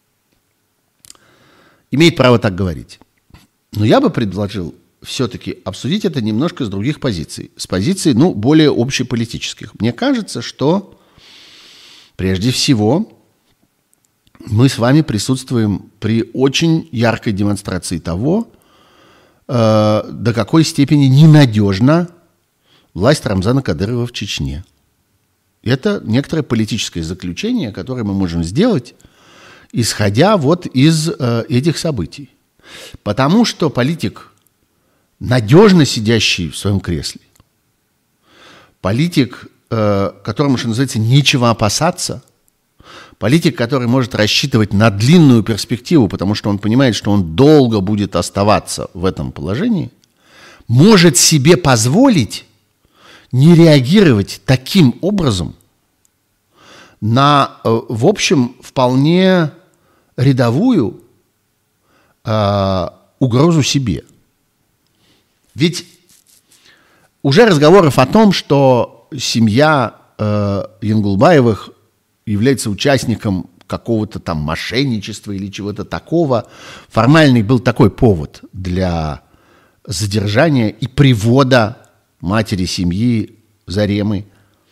Имеет право так говорить. Но я бы предложил все-таки обсудить это немножко с других позиций. С позиций, ну, более общеполитических. Мне кажется, что прежде всего мы с вами присутствуем при очень яркой демонстрации того, э, до какой степени ненадежна власть Рамзана Кадырова в Чечне. Это некоторое политическое заключение, которое мы можем сделать, исходя вот из э, этих событий. Потому что политик, надежно сидящий в своем кресле, политик, э, которому, что называется, нечего опасаться, политик, который может рассчитывать на длинную перспективу, потому что он понимает, что он долго будет оставаться в этом положении, может себе позволить не реагировать таким образом на, э, в общем, вполне рядовую э, угрозу себе. Ведь уже разговоров о том, что семья э, Янгулбаевых является участником какого-то там мошенничества или чего-то такого, формальный был такой повод для задержания и привода матери семьи Заремы,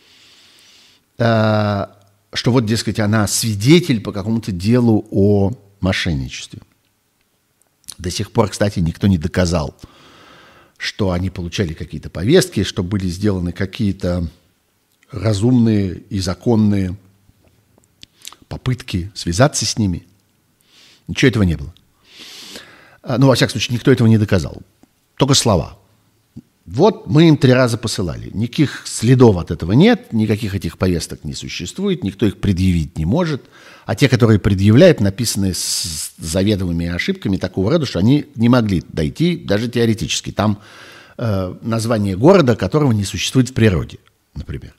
э, что вот, дескать, она свидетель по какому-то делу о мошенничестве. До сих пор, кстати, никто не доказал, что они получали какие-то повестки, что были сделаны какие-то разумные и законные попытки связаться с ними. Ничего этого не было. Ну, во всяком случае, никто этого не доказал. Только слова. Вот мы им три раза посылали. Никаких следов от этого нет, никаких этих повесток не существует, никто их предъявить не может. А те, которые предъявляют, написаны с заведомыми ошибками такого рода, что они не могли дойти даже теоретически. Там э, название города, которого не существует в природе, например.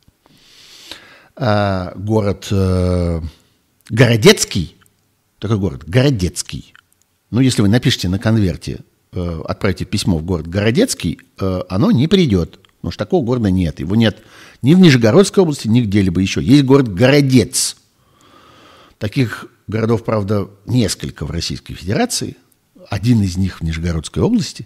Э, город э, Городецкий, такой город, Городецкий. Ну, если вы напишите на конверте, э, отправите письмо в город Городецкий, э, оно не придет, потому что такого города нет. Его нет ни в Нижегородской области, ни где-либо еще. Есть город Городец. Таких городов, правда, несколько в Российской Федерации. Один из них в Нижегородской области.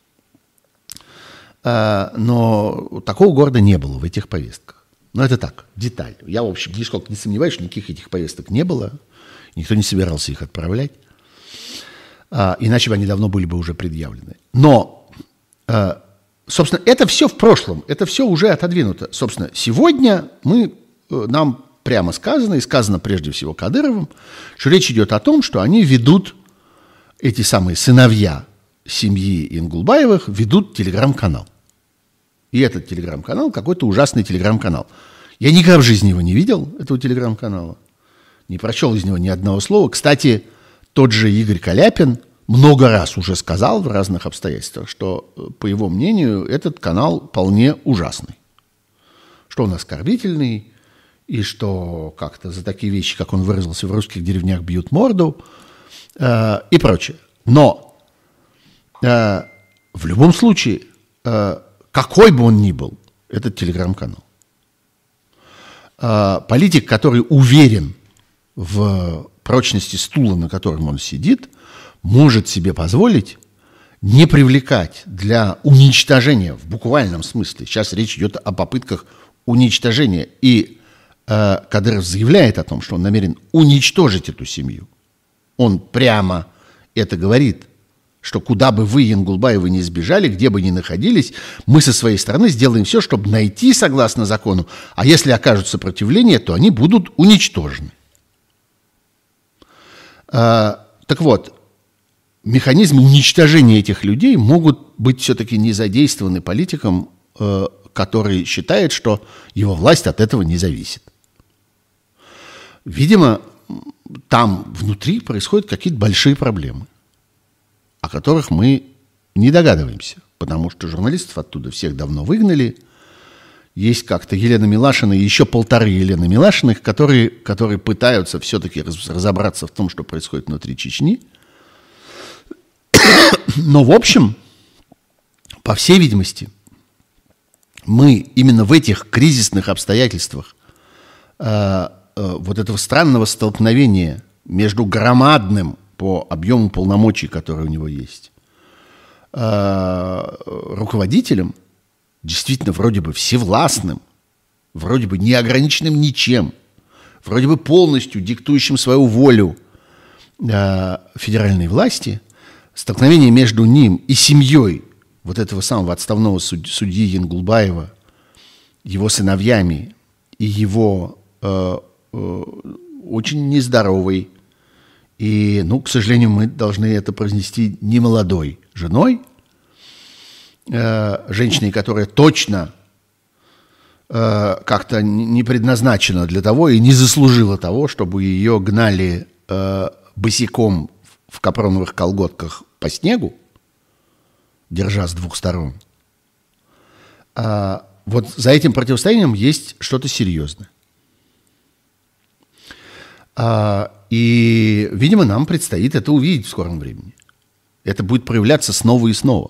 Но такого города не было в этих повестках. Но это так, деталь. Я, в общем, нисколько не сомневаюсь, что никаких этих повесток не было. Никто не собирался их отправлять. Иначе бы они давно были бы уже предъявлены. Но, собственно, это все в прошлом. Это все уже отодвинуто. Собственно, сегодня мы, нам прямо сказано, и сказано прежде всего Кадыровым, что речь идет о том, что они ведут, эти самые сыновья семьи Янгулбаевых, ведут телеграм-канал. И этот телеграм-канал какой-то ужасный телеграм-канал. Я никогда в жизни его не видел, этого телеграм-канала. Не прочел из него ни одного слова. Кстати, тот же Игорь Каляпин много раз уже сказал в разных обстоятельствах, что, по его мнению, этот канал вполне ужасный. Что он оскорбительный, и что как-то за такие вещи, как он выразился, в русских деревнях бьют морду, э, и прочее. Но э, в любом случае, э, какой бы он ни был, этот телеграм-канал, э, политик, который уверен в прочности стула, на котором он сидит, может себе позволить не привлекать для уничтожения, в буквальном смысле, сейчас речь идет о попытках уничтожения, и Кадыров заявляет о том, что он намерен уничтожить эту семью. Он прямо это говорит, что куда бы вы, Янгулбаевы, не сбежали, где бы ни находились, мы со своей стороны сделаем все, чтобы найти согласно закону, а если окажут сопротивление, то они будут уничтожены. А, так вот, механизмы уничтожения этих людей могут быть все-таки не задействованы политиком, э, который считает, что его власть от этого не зависит. Видимо, там внутри происходят какие-то большие проблемы, о которых мы не догадываемся, потому что журналистов оттуда всех давно выгнали. Есть как-то Елена Милашина и еще полторы Елены Милашиных, которые, которые пытаются все-таки разобраться в том, что происходит внутри Чечни. Но, в общем, по всей видимости, мы именно в этих кризисных обстоятельствах э, э, вот этого странного столкновения между громадным по объему полномочий, которые у него есть, э, руководителем, действительно вроде бы всевластным, вроде бы неограниченным ничем, вроде бы полностью диктующим свою волю э, федеральной власти, столкновение между ним и семьей вот этого самого отставного суд, судьи Янгулбаева, его сыновьями и его э, э, очень нездоровой и, ну, к сожалению, мы должны это произнести, немолодой женой, э, женщиной, которая точно э, как-то не предназначена для того и не заслужила того, чтобы ее гнали э, босиком в капроновых колготках по снегу, держа с двух сторон. А вот за этим противостоянием есть что-то серьезное. А, и, видимо, нам предстоит это увидеть в скором времени. Это будет проявляться снова и снова.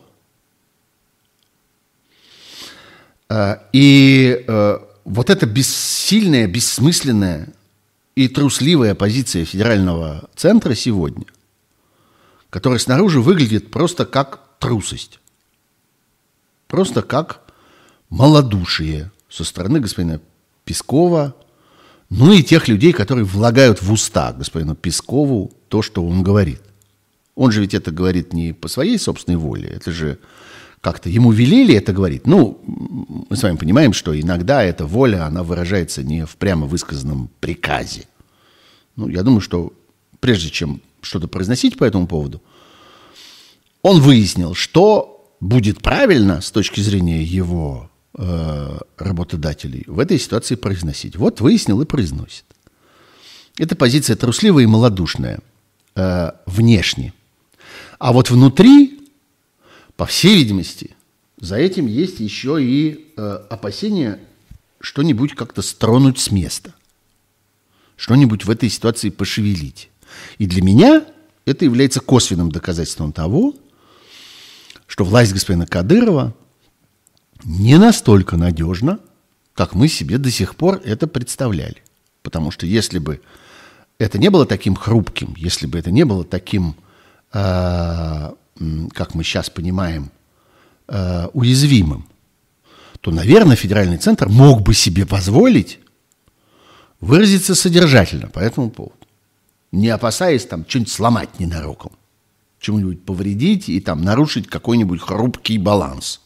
А, и а, вот эта бессильная, бессмысленная и трусливая позиция федерального центра сегодня, которая снаружи выглядит просто как трусость, просто как малодушие со стороны господина Пескова, ну и тех людей, которые влагают в уста господину Пескову то, что он говорит. Он же ведь это говорит не по своей собственной воле, это же как-то ему велели это говорить. Ну, мы с вами понимаем, что иногда эта воля, она выражается не в прямо высказанном приказе. Ну, я думаю, что прежде чем что-то произносить по этому поводу, он выяснил, что будет правильно с точки зрения его э, работодателей в этой ситуации произносить. Вот выяснил и произносит. Эта позиция трусливая и малодушная э, внешне. А вот внутри, по всей видимости, за этим есть еще и э, опасение что-нибудь как-то стронуть с места. Что-нибудь в этой ситуации пошевелить. И для меня это является косвенным доказательством того, что власть господина Кадырова не настолько надежна, как мы себе до сих пор это представляли. Потому что если бы это не было таким хрупким, если бы это не было таким, э, как мы сейчас понимаем, э, уязвимым, то, наверное, федеральный центр мог бы себе позволить выразиться содержательно по этому поводу, не опасаясь там что-нибудь сломать ненароком, чему-нибудь повредить и там нарушить какой-нибудь хрупкий баланс.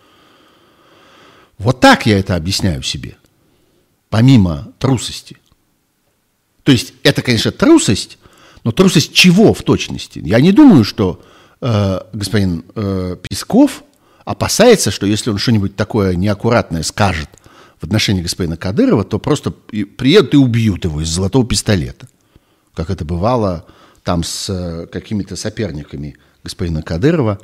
Вот так я это объясняю себе, помимо трусости. То есть это, конечно, трусость, но трусость чего в точности? Я не думаю, что э, господин э, Песков опасается, что если он что-нибудь такое неаккуратное скажет в отношении господина Кадырова, то просто приедут и убьют его из золотого пистолета, как это бывало там с какими-то соперниками господина Кадырова,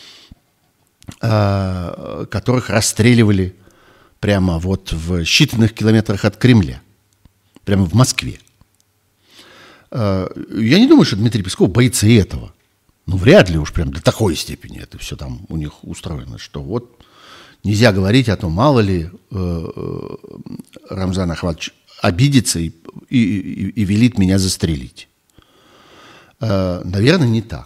э, которых расстреливали прямо вот в считанных километрах от Кремля, прямо в Москве. Э, я не думаю, что Дмитрий Песков боится этого. Ну, вряд ли уж прям до такой степени это все там у них устроено, что вот нельзя говорить о том, мало ли э, э, Рамзан Ахматович обидится и, и, и, и велит меня застрелить. Наверное, не так.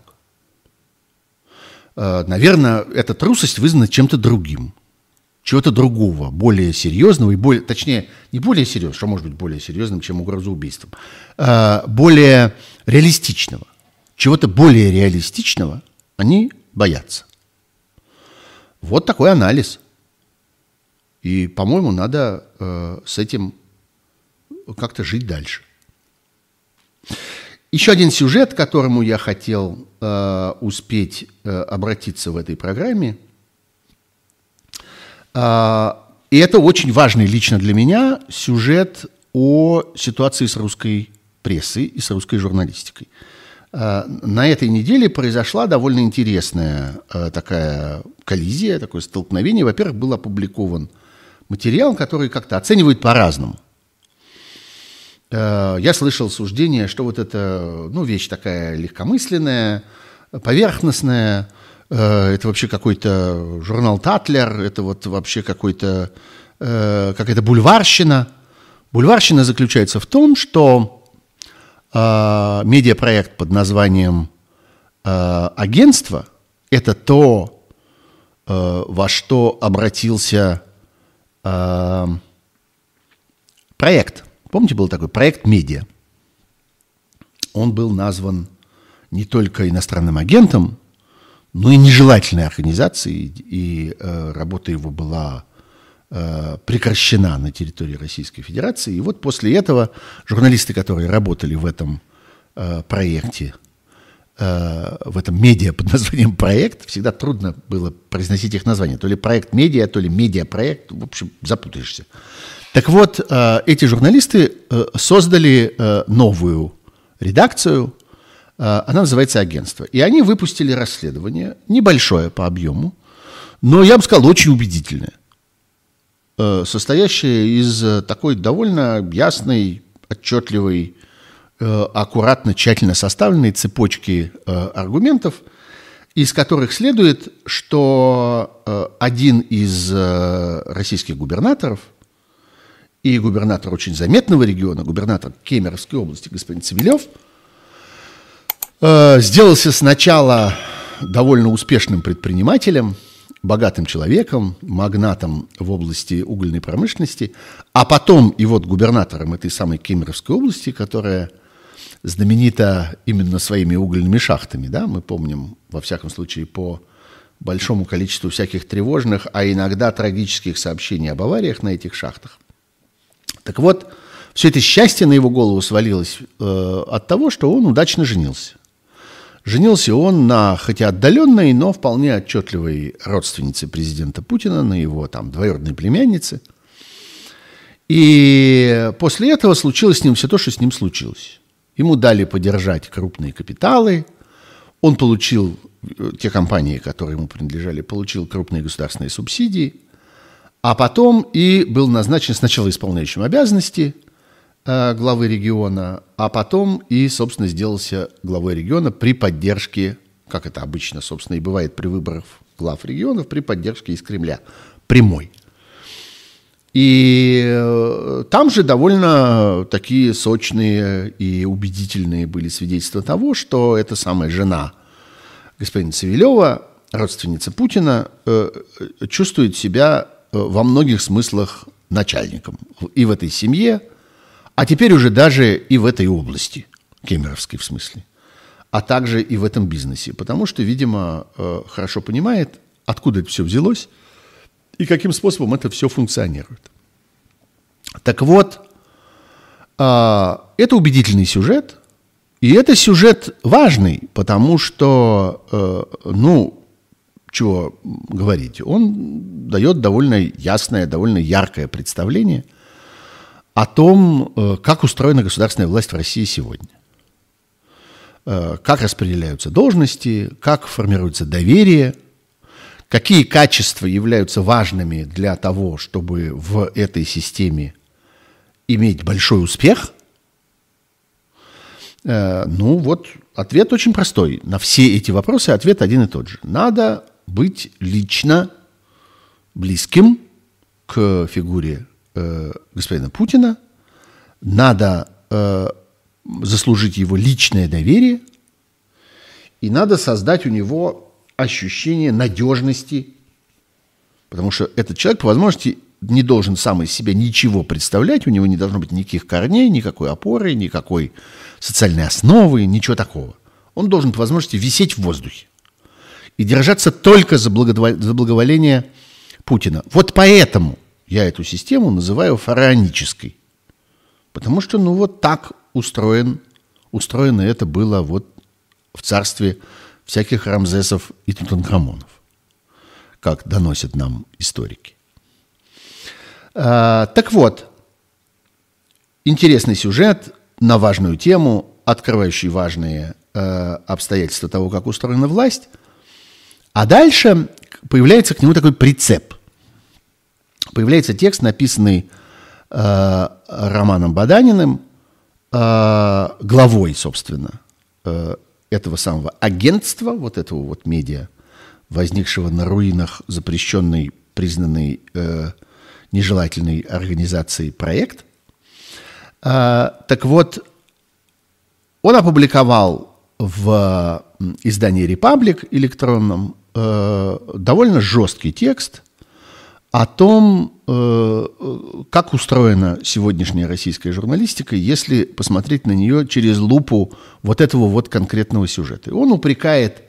Наверное, эта трусость вызвана чем-то другим. Чего-то другого, более серьезного, и более, точнее, не более серьезного, что может быть более серьезным, чем угроза убийством, более реалистичного. Чего-то более реалистичного, Они боятся. Вот такой анализ. И, по-моему, надо э, с этим как-то жить дальше. Еще один сюжет, к которому я хотел э, успеть э, обратиться в этой программе. Э, и это очень важный лично для меня сюжет о ситуации с русской прессой и с русской журналистикой. Э, на этой неделе произошла довольно интересная э, такая коллизия, такое столкновение. Во-первых, был опубликован материал, который как-то оценивают по-разному. Я слышал суждение, что вот это, ну, вещь такая легкомысленная, поверхностная, это вообще какой-то журнал «Татлер», это вот вообще какой-то, какая-то бульварщина. Бульварщина заключается в том, что медиапроект под названием «Агентство» – это то, во что обратился проект. Помните, был такой проект «Медиа». Он был назван не только иностранным агентом, но и нежелательной организацией, и э, работа его была э, прекращена на территории Российской Федерации. И вот после этого журналисты, которые работали в этом э, проекте, э, в этом медиа под названием «Проект», всегда трудно было произносить их название. То ли проект «Медиа», то ли «Медиапроект», в общем, запутаешься. Так вот, эти журналисты создали новую редакцию, она называется «Агентство». И они выпустили расследование, небольшое по объему, но, я бы сказал, очень убедительное, состоящее из такой довольно ясной, отчетливой, аккуратно, тщательно составленной цепочки аргументов, из которых следует, что один из российских губернаторов, и губернатор очень заметного региона, губернатор Кемеровской области, господин Цивилев, э, сделался сначала довольно успешным предпринимателем, богатым человеком, магнатом в области угольной промышленности, а потом и вот губернатором этой самой Кемеровской области, которая знаменита именно своими угольными шахтами. Да? Мы помним, во всяком случае, по большому количеству всяких тревожных, а иногда трагических сообщений об авариях на этих шахтах. Так вот, все это счастье на его голову свалилось э, от того, что он удачно женился. Женился он на, хотя отдаленной, но вполне отчетливой родственнице президента Путина, на его там двоюродной племяннице. И после этого случилось с ним все то, что с ним случилось. Ему дали подержать крупные капиталы, он получил, те компании, которые ему принадлежали, получил крупные государственные субсидии, а потом и был назначен сначала исполняющим обязанности э, главы региона, а потом и, собственно, сделался главой региона при поддержке, как это обычно, собственно, и бывает при выборах глав регионов, при поддержке из Кремля, прямой. И э, там же довольно такие сочные и убедительные были свидетельства того, что эта самая жена господина Цивилева, родственница Путина, э, чувствует себя во многих смыслах начальником и в этой семье, а теперь уже даже и в этой области, Кемеровской в смысле, а также и в этом бизнесе, потому что, видимо, хорошо понимает, откуда это все взялось и каким способом это все функционирует. Так вот, это убедительный сюжет, и это сюжет важный, потому что, ну, чего говорить, он дает довольно ясное, довольно яркое представление о том, как устроена государственная власть в России сегодня. Как распределяются должности, как формируется доверие, какие качества являются важными для того, чтобы в этой системе иметь большой успех. Ну вот, ответ очень простой. На все эти вопросы ответ один и тот же. Надо быть лично близким к фигуре э, господина Путина, надо э, заслужить его личное доверие, и надо создать у него ощущение надежности, потому что этот человек, по возможности, не должен сам из себя ничего представлять, у него не должно быть никаких корней, никакой опоры, никакой социальной основы, ничего такого. Он должен, по возможности, висеть в воздухе. и держаться только за благоволение Путина. Вот поэтому я эту систему называю фараонической. Потому что, ну, вот так устроен, устроено это было вот в царстве всяких Рамзесов и Тутанхамонов, как доносят нам историки. А, так вот, интересный сюжет на важную тему, открывающий важные э, обстоятельства того, как устроена власть. А дальше появляется к нему такой прицеп. Появляется текст, написанный э, Романом Баданиным, э, главой, собственно, э, этого самого агентства, вот этого вот медиа, возникшего на руинах запрещенной, признанной э, нежелательной организацией проект. Э, так вот, он опубликовал в издании «Репаблик» электронном э, довольно жесткий текст о том, э, как устроена сегодняшняя российская журналистика, если посмотреть на нее через лупу вот этого вот конкретного сюжета. И он упрекает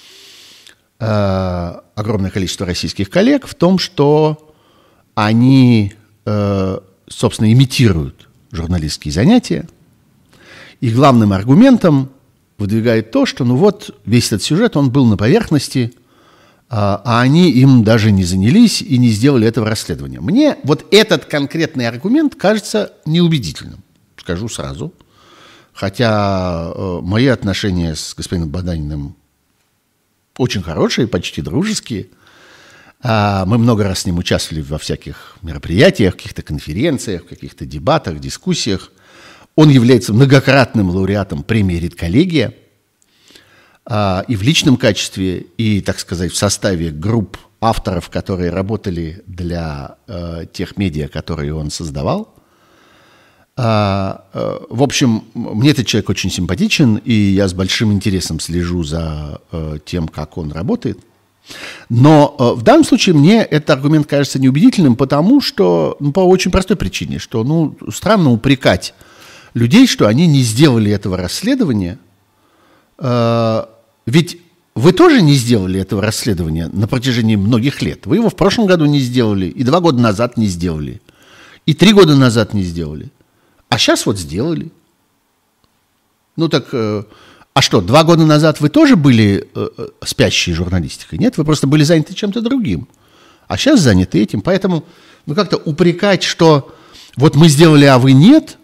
э, огромное количество российских коллег в том, что они, э, собственно, имитируют журналистские занятия. И главным аргументом выдвигает то, что ну вот весь этот сюжет, он был на поверхности, а, а они им даже не занялись и не сделали этого расследования. Мне вот этот конкретный аргумент кажется неубедительным, скажу сразу. Хотя э, мои отношения с господином Баданиным очень хорошие, почти дружеские. А мы много раз с ним участвовали во всяких мероприятиях, каких-то конференциях, каких-то дебатах, дискуссиях. Он является многократным лауреатом премии «Редколлегия», а, и в личном качестве, и, так сказать, в составе групп авторов, которые работали для а, тех медиа, которые он создавал. А, а, в общем, мне этот человек очень симпатичен, и я с большим интересом слежу за а, тем, как он работает. Но а, в данном случае мне этот аргумент кажется неубедительным, потому что, ну, по очень простой причине, что, ну, странно упрекать людей, что они не сделали этого расследования. Ведь вы тоже не сделали этого расследования на протяжении многих лет. Вы его в прошлом году не сделали, и два года назад не сделали, и три года назад не сделали. А сейчас вот сделали. Ну так, а что, два года назад вы тоже были спящей журналистикой? Нет, вы просто были заняты чем-то другим. А сейчас заняты этим. Поэтому, ну как-то упрекать, что вот мы сделали, а вы нет,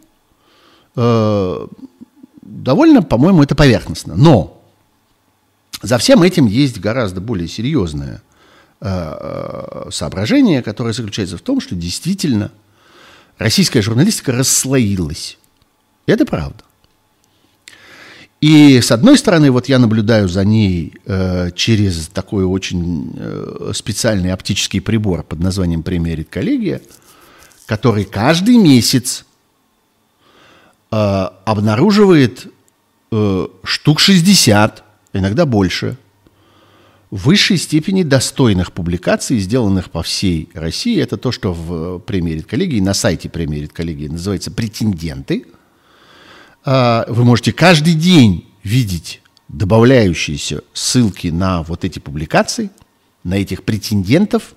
довольно, по-моему, это поверхностно. Но за всем этим есть гораздо более серьезное соображение, которое заключается в том, что действительно российская журналистика расслоилась. Это правда. И с одной стороны, вот я наблюдаю за ней через такой очень специальный оптический прибор под названием «Премия Редколлегия», который каждый месяц обнаруживает э, штук шестьдесят, иногда больше, в высшей степени достойных публикаций, сделанных по всей России. Это то, что в премии Редколлегии, на сайте премии Редколлегии называется «Претенденты». Э, вы можете каждый день видеть добавляющиеся ссылки на вот эти публикации, на этих претендентов.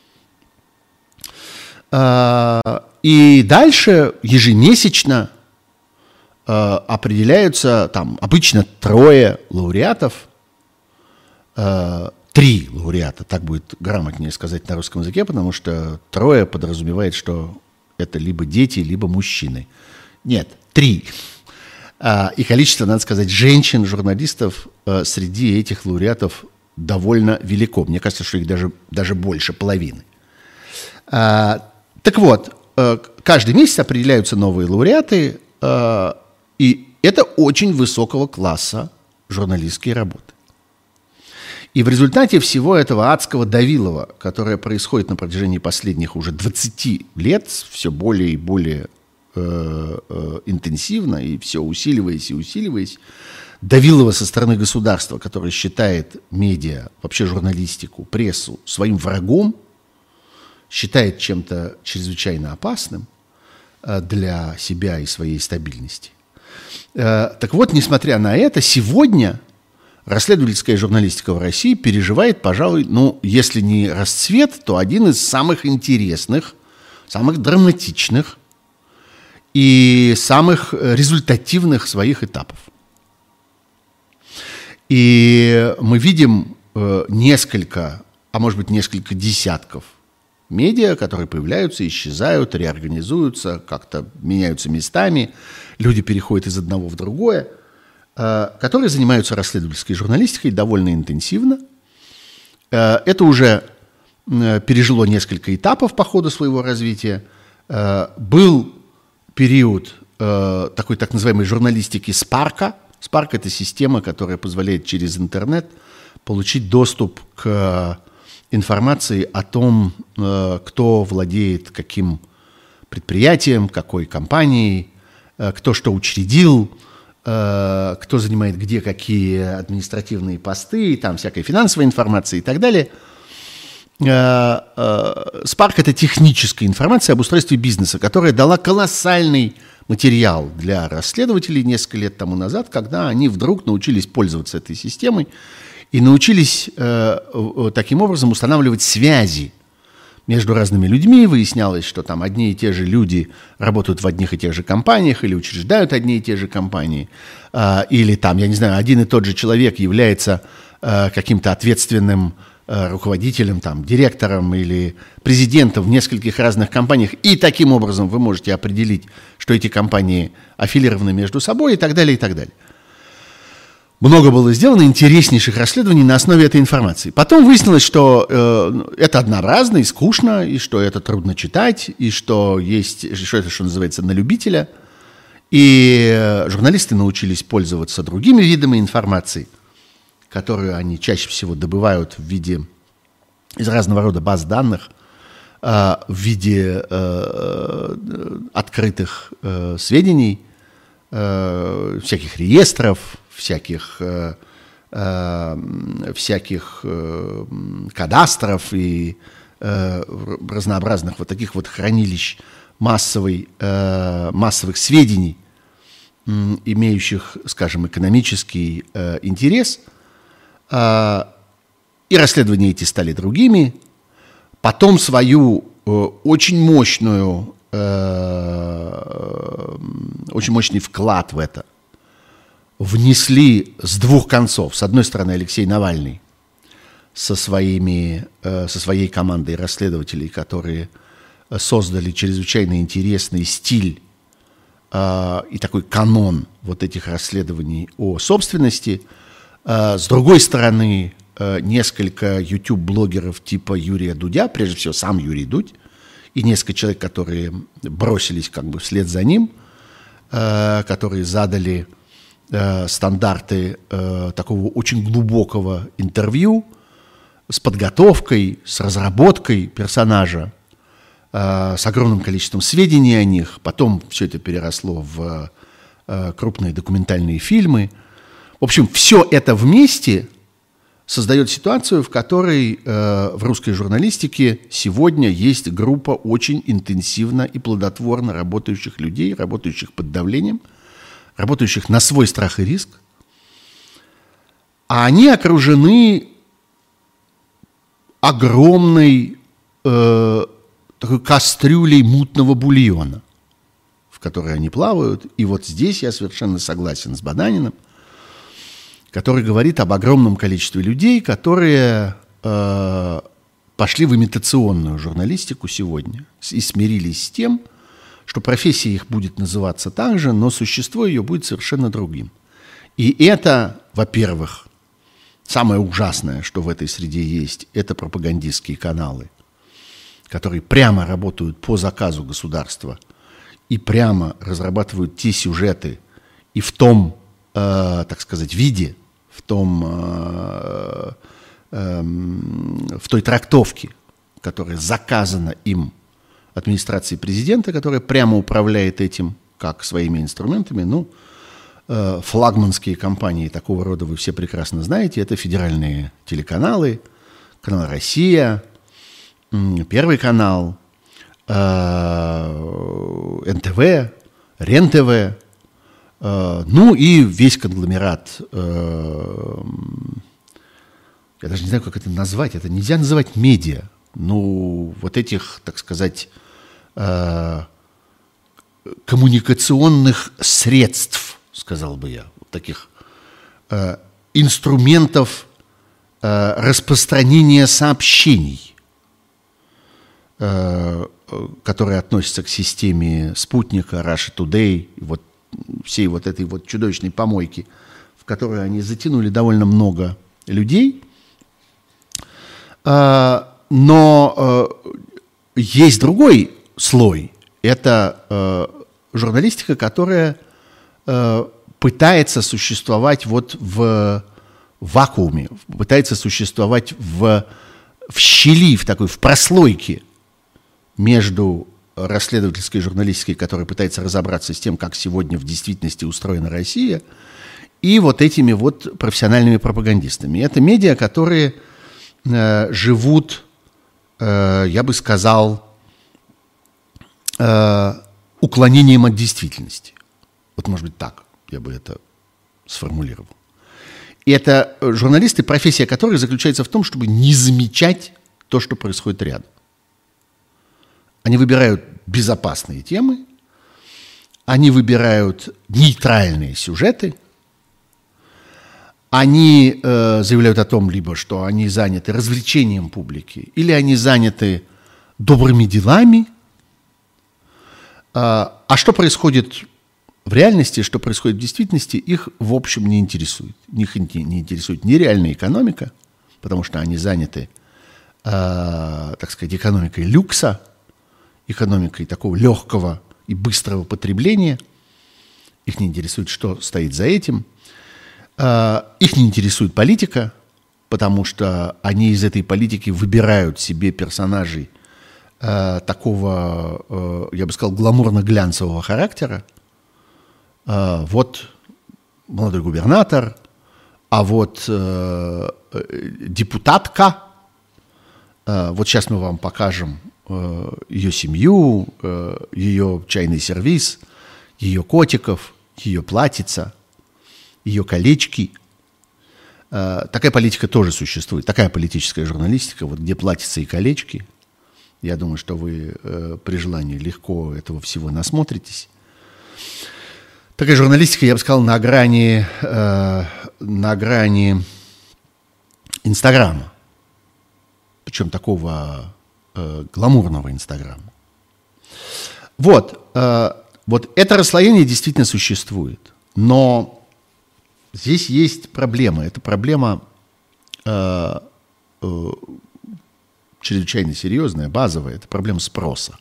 Э, и дальше ежемесячно определяются там обычно трое лауреатов, э, три лауреата, так будет грамотнее сказать на русском языке, потому что трое подразумевает, что это либо дети, либо мужчины. Нет, три. Э, и количество, надо сказать, женщин-журналистов э, среди этих лауреатов довольно велико. Мне кажется, что их даже, даже больше половины. Э, так вот, э, каждый месяц определяются новые лауреаты, э, и это очень высокого класса журналистские работы. И в результате всего этого адского давилова, которое происходит на протяжении последних уже двадцати лет, все более и более э, э, интенсивно, и все усиливаясь и усиливаясь, давилова со стороны государства, которое считает медиа, вообще журналистику, прессу своим врагом, считает чем-то чрезвычайно опасным э, для себя и своей стабильности. Так вот, несмотря на это, сегодня расследовательская журналистика в России переживает, пожалуй, ну, если не расцвет, то один из самых интересных, самых драматичных и самых результативных своих этапов. И мы видим э, несколько, а может быть несколько десятков медиа, которые появляются, исчезают, реорганизуются, как-то меняются местами, люди переходят из одного в другое, э, которые занимаются расследовательской журналистикой довольно интенсивно. Э, это уже э, пережило несколько этапов по ходу своего развития. Э, был период э, такой так называемой журналистики Спарка. Спарк – это система, которая позволяет через интернет получить доступ к информации о том, э, кто владеет каким предприятием, какой компанией, э, кто что учредил, э, кто занимает где какие административные посты, там всякая финансовая информация и так далее. Э, э, Спарк – это техническая информация об устройстве бизнеса, которая дала колоссальный материал для расследователей несколько лет тому назад, когда они вдруг научились пользоваться этой системой и научились э, таким образом устанавливать связи между разными людьми. Выяснялось, что там одни и те же люди работают в одних и тех же компаниях или учреждают одни и те же компании, э, или там, я не знаю, один и тот же человек является э, каким-то ответственным руководителем, там, директором или президентом в нескольких разных компаниях, и таким образом вы можете определить, что эти компании аффилированы между собой и так далее, и так далее. Много было сделано интереснейших расследований на основе этой информации. Потом выяснилось, что э, это однообразно и скучно, и что это трудно читать, и что есть, что это, что называется, на любителя. И журналисты научились пользоваться другими видами информации, которую они чаще всего добывают в виде из разного рода баз данных, э, в виде э, открытых э, сведений, э, всяких реестров, всяких, э, э, всяких э, кадастров и э, разнообразных вот таких вот хранилищ массовой, э, массовых сведений, э, имеющих, скажем, экономический э, интерес. И расследования эти стали другими. Потом свою э, очень мощную, э, очень мощный вклад в это внесли с двух концов. С одной стороны, Алексей Навальный со, своими, э, со своей командой расследователей, которые создали чрезвычайно интересный стиль э, и такой канон вот этих расследований о собственности. С другой стороны, несколько YouTube-блогеров типа Юрия Дудя, прежде всего сам Юрий Дудь, и несколько человек, которые бросились как бы вслед за ним, которые задали стандарты такого очень глубокого интервью с подготовкой, с разработкой персонажа, с огромным количеством сведений о них. Потом все это переросло в крупные документальные фильмы. В общем, все это вместе создает ситуацию, в которой э, в русской журналистике сегодня есть группа очень интенсивно и плодотворно работающих людей, работающих под давлением, работающих на свой страх и риск. А они окружены огромной э, такой кастрюлей мутного бульона, в которой они плавают. И вот здесь я совершенно согласен с Баданиным, который говорит об огромном количестве людей, которые э, пошли в имитационную журналистику сегодня и смирились с тем, что профессия их будет называться так же, но существо ее будет совершенно другим. И это, во-первых, самое ужасное, что в этой среде есть, это пропагандистские каналы, которые прямо работают по заказу государства и прямо разрабатывают те сюжеты и в том, э, так сказать, виде, в том, э, э, в той трактовке, которая заказана им администрацией президента, которая прямо управляет этим, как своими инструментами. Ну, э, флагманские компании такого рода вы все прекрасно знаете. Это федеральные телеканалы, канал «Россия», Первый канал, э, эн тэ вэ, РЕН-ТВ, Ну и весь конгломерат, я даже не знаю, как это назвать, это нельзя называть медиа, ну вот этих, так сказать, коммуникационных средств, сказал бы я, таких инструментов распространения сообщений, которые относятся к системе Спутника, Russia Today, вот всей вот этой вот чудовищной помойки, в которую они затянули довольно много людей. Но есть другой слой. Это журналистика, которая пытается существовать вот в вакууме, пытается существовать в, в щели, в такой, в прослойке между расследовательской и журналистикой, которая пытается разобраться с тем, как сегодня в действительности устроена Россия, и вот этими вот профессиональными пропагандистами. Это медиа, которые э, живут, э, я бы сказал, э, уклонением от действительности. Вот, может быть, так я бы это сформулировал. И это журналисты, профессия которых заключается в том, чтобы не замечать то, что происходит рядом. Они выбирают безопасные темы, они выбирают нейтральные сюжеты, они э, заявляют о том, либо что они заняты развлечением публики, или они заняты добрыми делами. А, а что происходит в реальности, что происходит в действительности, их в общем не интересует. Их не интересует ни реальная экономика, потому что они заняты, э, так сказать, экономикой люкса, экономикой такого легкого и быстрого потребления. Их не интересует, что стоит за этим. Их не интересует политика, потому что они из этой политики выбирают себе персонажей такого, я бы сказал, гламурно-глянцевого характера. Вот молодой губернатор, а вот депутатка. Вот сейчас мы вам покажем ее семью, ее чайный сервиз, ее котиков, ее платьица, ее колечки. Такая политика тоже существует, такая политическая журналистика, вот где платьица и колечки. Я думаю, что вы при желании легко этого всего насмотритесь. Такая журналистика, я бы сказал, на грани, на грани Инстаграма, причем такого гламурного Инстаграма. Вот, э, вот это расслоение действительно существует, но здесь есть проблема. Это проблема э, э, чрезвычайно серьезная, базовая. Это проблема спроса.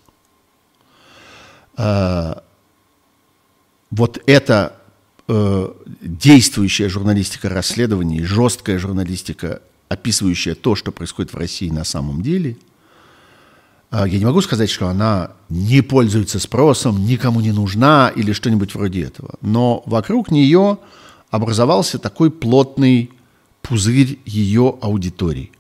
Э, вот эта э, действующая журналистика расследований, жесткая журналистика, описывающая то, что происходит в России на самом деле, я не могу сказать, что она не пользуется спросом, никому не нужна или что-нибудь вроде этого. Но вокруг нее образовался такой плотный пузырь ее аудитории.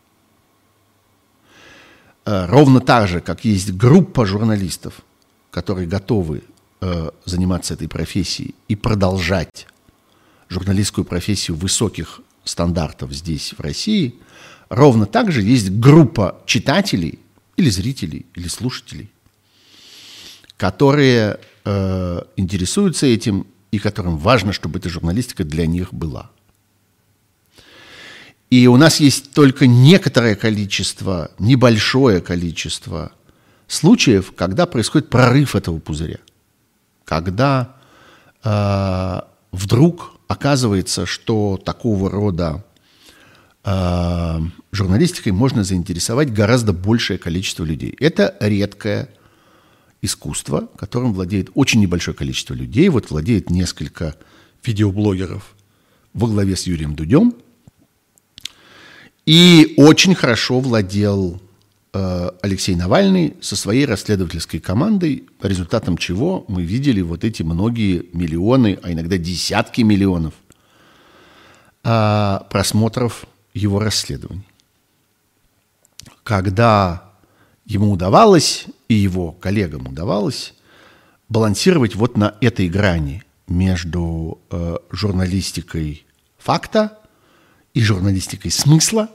Ровно так же, как есть группа журналистов, которые готовы заниматься этой профессией и продолжать журналистскую профессию высоких стандартов здесь, в России, ровно так же есть группа читателей, или зрителей, или слушателей, которые э, интересуются этим и которым важно, чтобы эта журналистика для них была. И у нас есть только некоторое количество, небольшое количество случаев, когда происходит прорыв этого пузыря, когда э, вдруг оказывается, что такого рода журналистикой можно заинтересовать гораздо большее количество людей. Это редкое искусство, которым владеет очень небольшое количество людей. Вот владеет несколько видеоблогеров во главе с Юрием Дудем. И очень хорошо владел э, Алексей Навальный со своей расследовательской командой, результатом чего мы видели вот эти многие миллионы, а иногда десятки миллионов э, просмотров его расследований. Когда ему удавалось, и его коллегам удавалось, балансировать вот на этой грани между э, журналистикой факта и журналистикой смысла,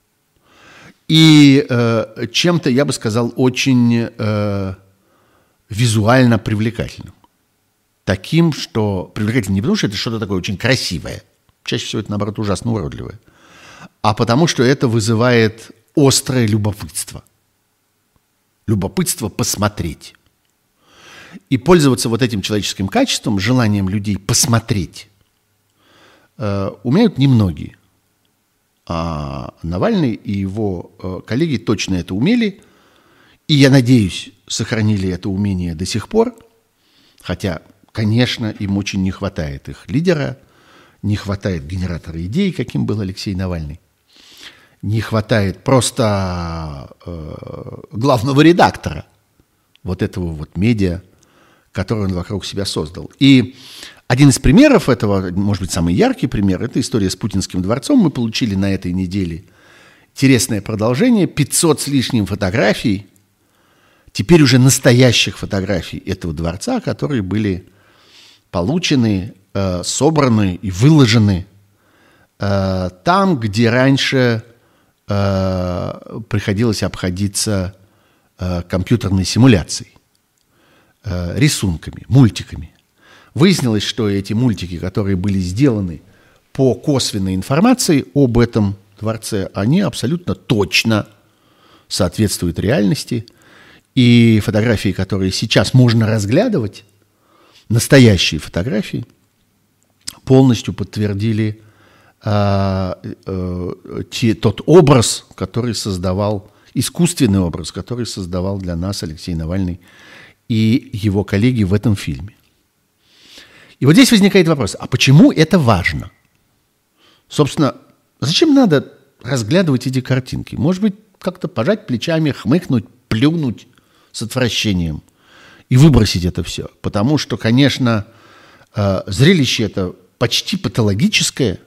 и э, чем-то, я бы сказал, очень э, визуально привлекательным. Таким, что привлекательно не потому, что это что-то такое очень красивое, чаще всего это, наоборот, ужасно уродливое, а потому, что это вызывает острое любопытство. Любопытство посмотреть. И пользоваться вот этим человеческим качеством, желанием людей посмотреть, э, умеют немногие. А Навальный и его э, коллеги точно это умели, и, я надеюсь, сохранили это умение до сих пор, хотя, конечно, им очень не хватает их лидера, не хватает генератора идей, каким был Алексей Навальный, не хватает просто э, главного редактора вот этого вот медиа, который он вокруг себя создал. И один из примеров этого, может быть, самый яркий пример, это история с Путинским дворцом. Мы получили на этой неделе интересное продолжение, пятьсот с лишним фотографий, теперь уже настоящих фотографий этого дворца, которые были получены, э, собраны и выложены э, там, где раньше э, приходилось обходиться э, компьютерной симуляцией, э, рисунками, мультиками. Выяснилось, что эти мультики, которые были сделаны по косвенной информации об этом дворце, они абсолютно точно соответствуют реальности. И фотографии, которые сейчас можно разглядывать, настоящие фотографии, полностью подтвердили э, э, те, тот образ, который создавал, искусственный образ, который создавал для нас Алексей Навальный и его коллеги в этом фильме. И вот здесь возникает вопрос, а почему это важно? Собственно, зачем надо разглядывать эти картинки? Может быть, как-то пожать плечами, хмыкнуть, плюнуть с отвращением и выбросить это все. Потому что, конечно, зрелище это почти патологическое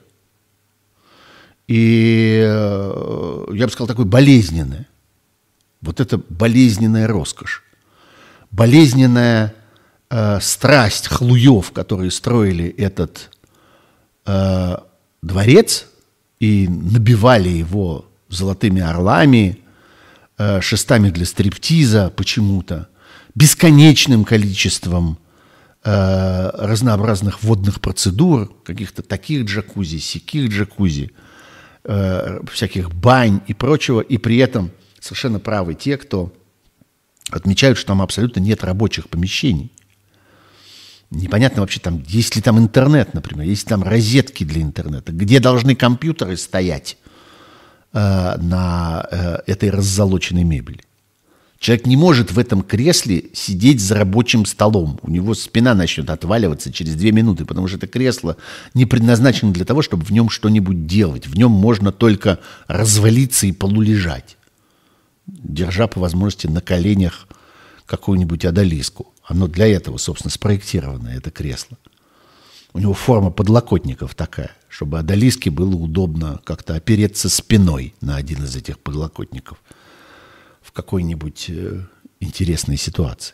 и, я бы сказал, такое болезненное. Вот это болезненная роскошь. Болезненная э, страсть хлуев, которые строили этот э, дворец и набивали его золотыми орлами, э, шестами для стриптиза почему-то, бесконечным количеством э, разнообразных водных процедур, каких-то таких джакузи, сяких джакузи, э, всяких бань и прочего, и при этом совершенно правы те, кто отмечают, что там абсолютно нет рабочих помещений. Непонятно вообще, там, есть ли там интернет, например, есть ли там розетки для интернета, где должны компьютеры стоять э, на э, этой раззолоченной мебели. Человек не может в этом кресле сидеть за рабочим столом. У него спина начнет отваливаться через две минуты, потому что это кресло не предназначено для того, чтобы в нем что-нибудь делать. В нем можно только развалиться и полулежать, держа по возможности на коленях какую-нибудь одолиску. Оно для этого, собственно, спроектировано, это кресло. У него форма подлокотников такая, чтобы одолиске было удобно как-то опереться спиной на один из этих подлокотников в какой-нибудь э, интересной ситуации.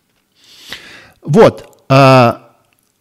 Вот. А,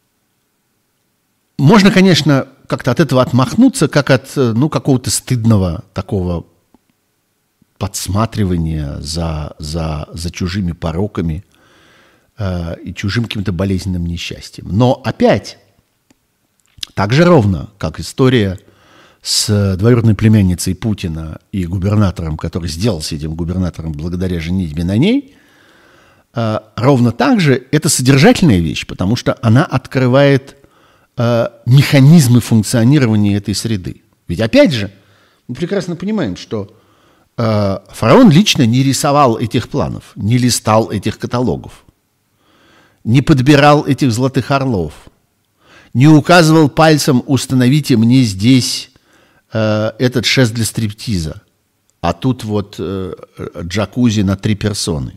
можно, конечно, как-то от этого отмахнуться, как от ну, какого-то стыдного такого подсматривания за, за, за чужими пороками э, и чужим каким-то болезненным несчастьем. Но опять, так же ровно, как история с двоюродной племянницей Путина и губернатором, который сделался этим губернатором благодаря женитьбе на ней, э, ровно так же это содержательная вещь, потому что она открывает э, механизмы функционирования этой среды. Ведь опять же, мы прекрасно понимаем, что фараон лично не рисовал этих планов, не листал этих каталогов, не подбирал этих золотых орлов, не указывал пальцем: установите мне здесь э, этот шест для стриптиза, а тут вот э, джакузи на три персоны.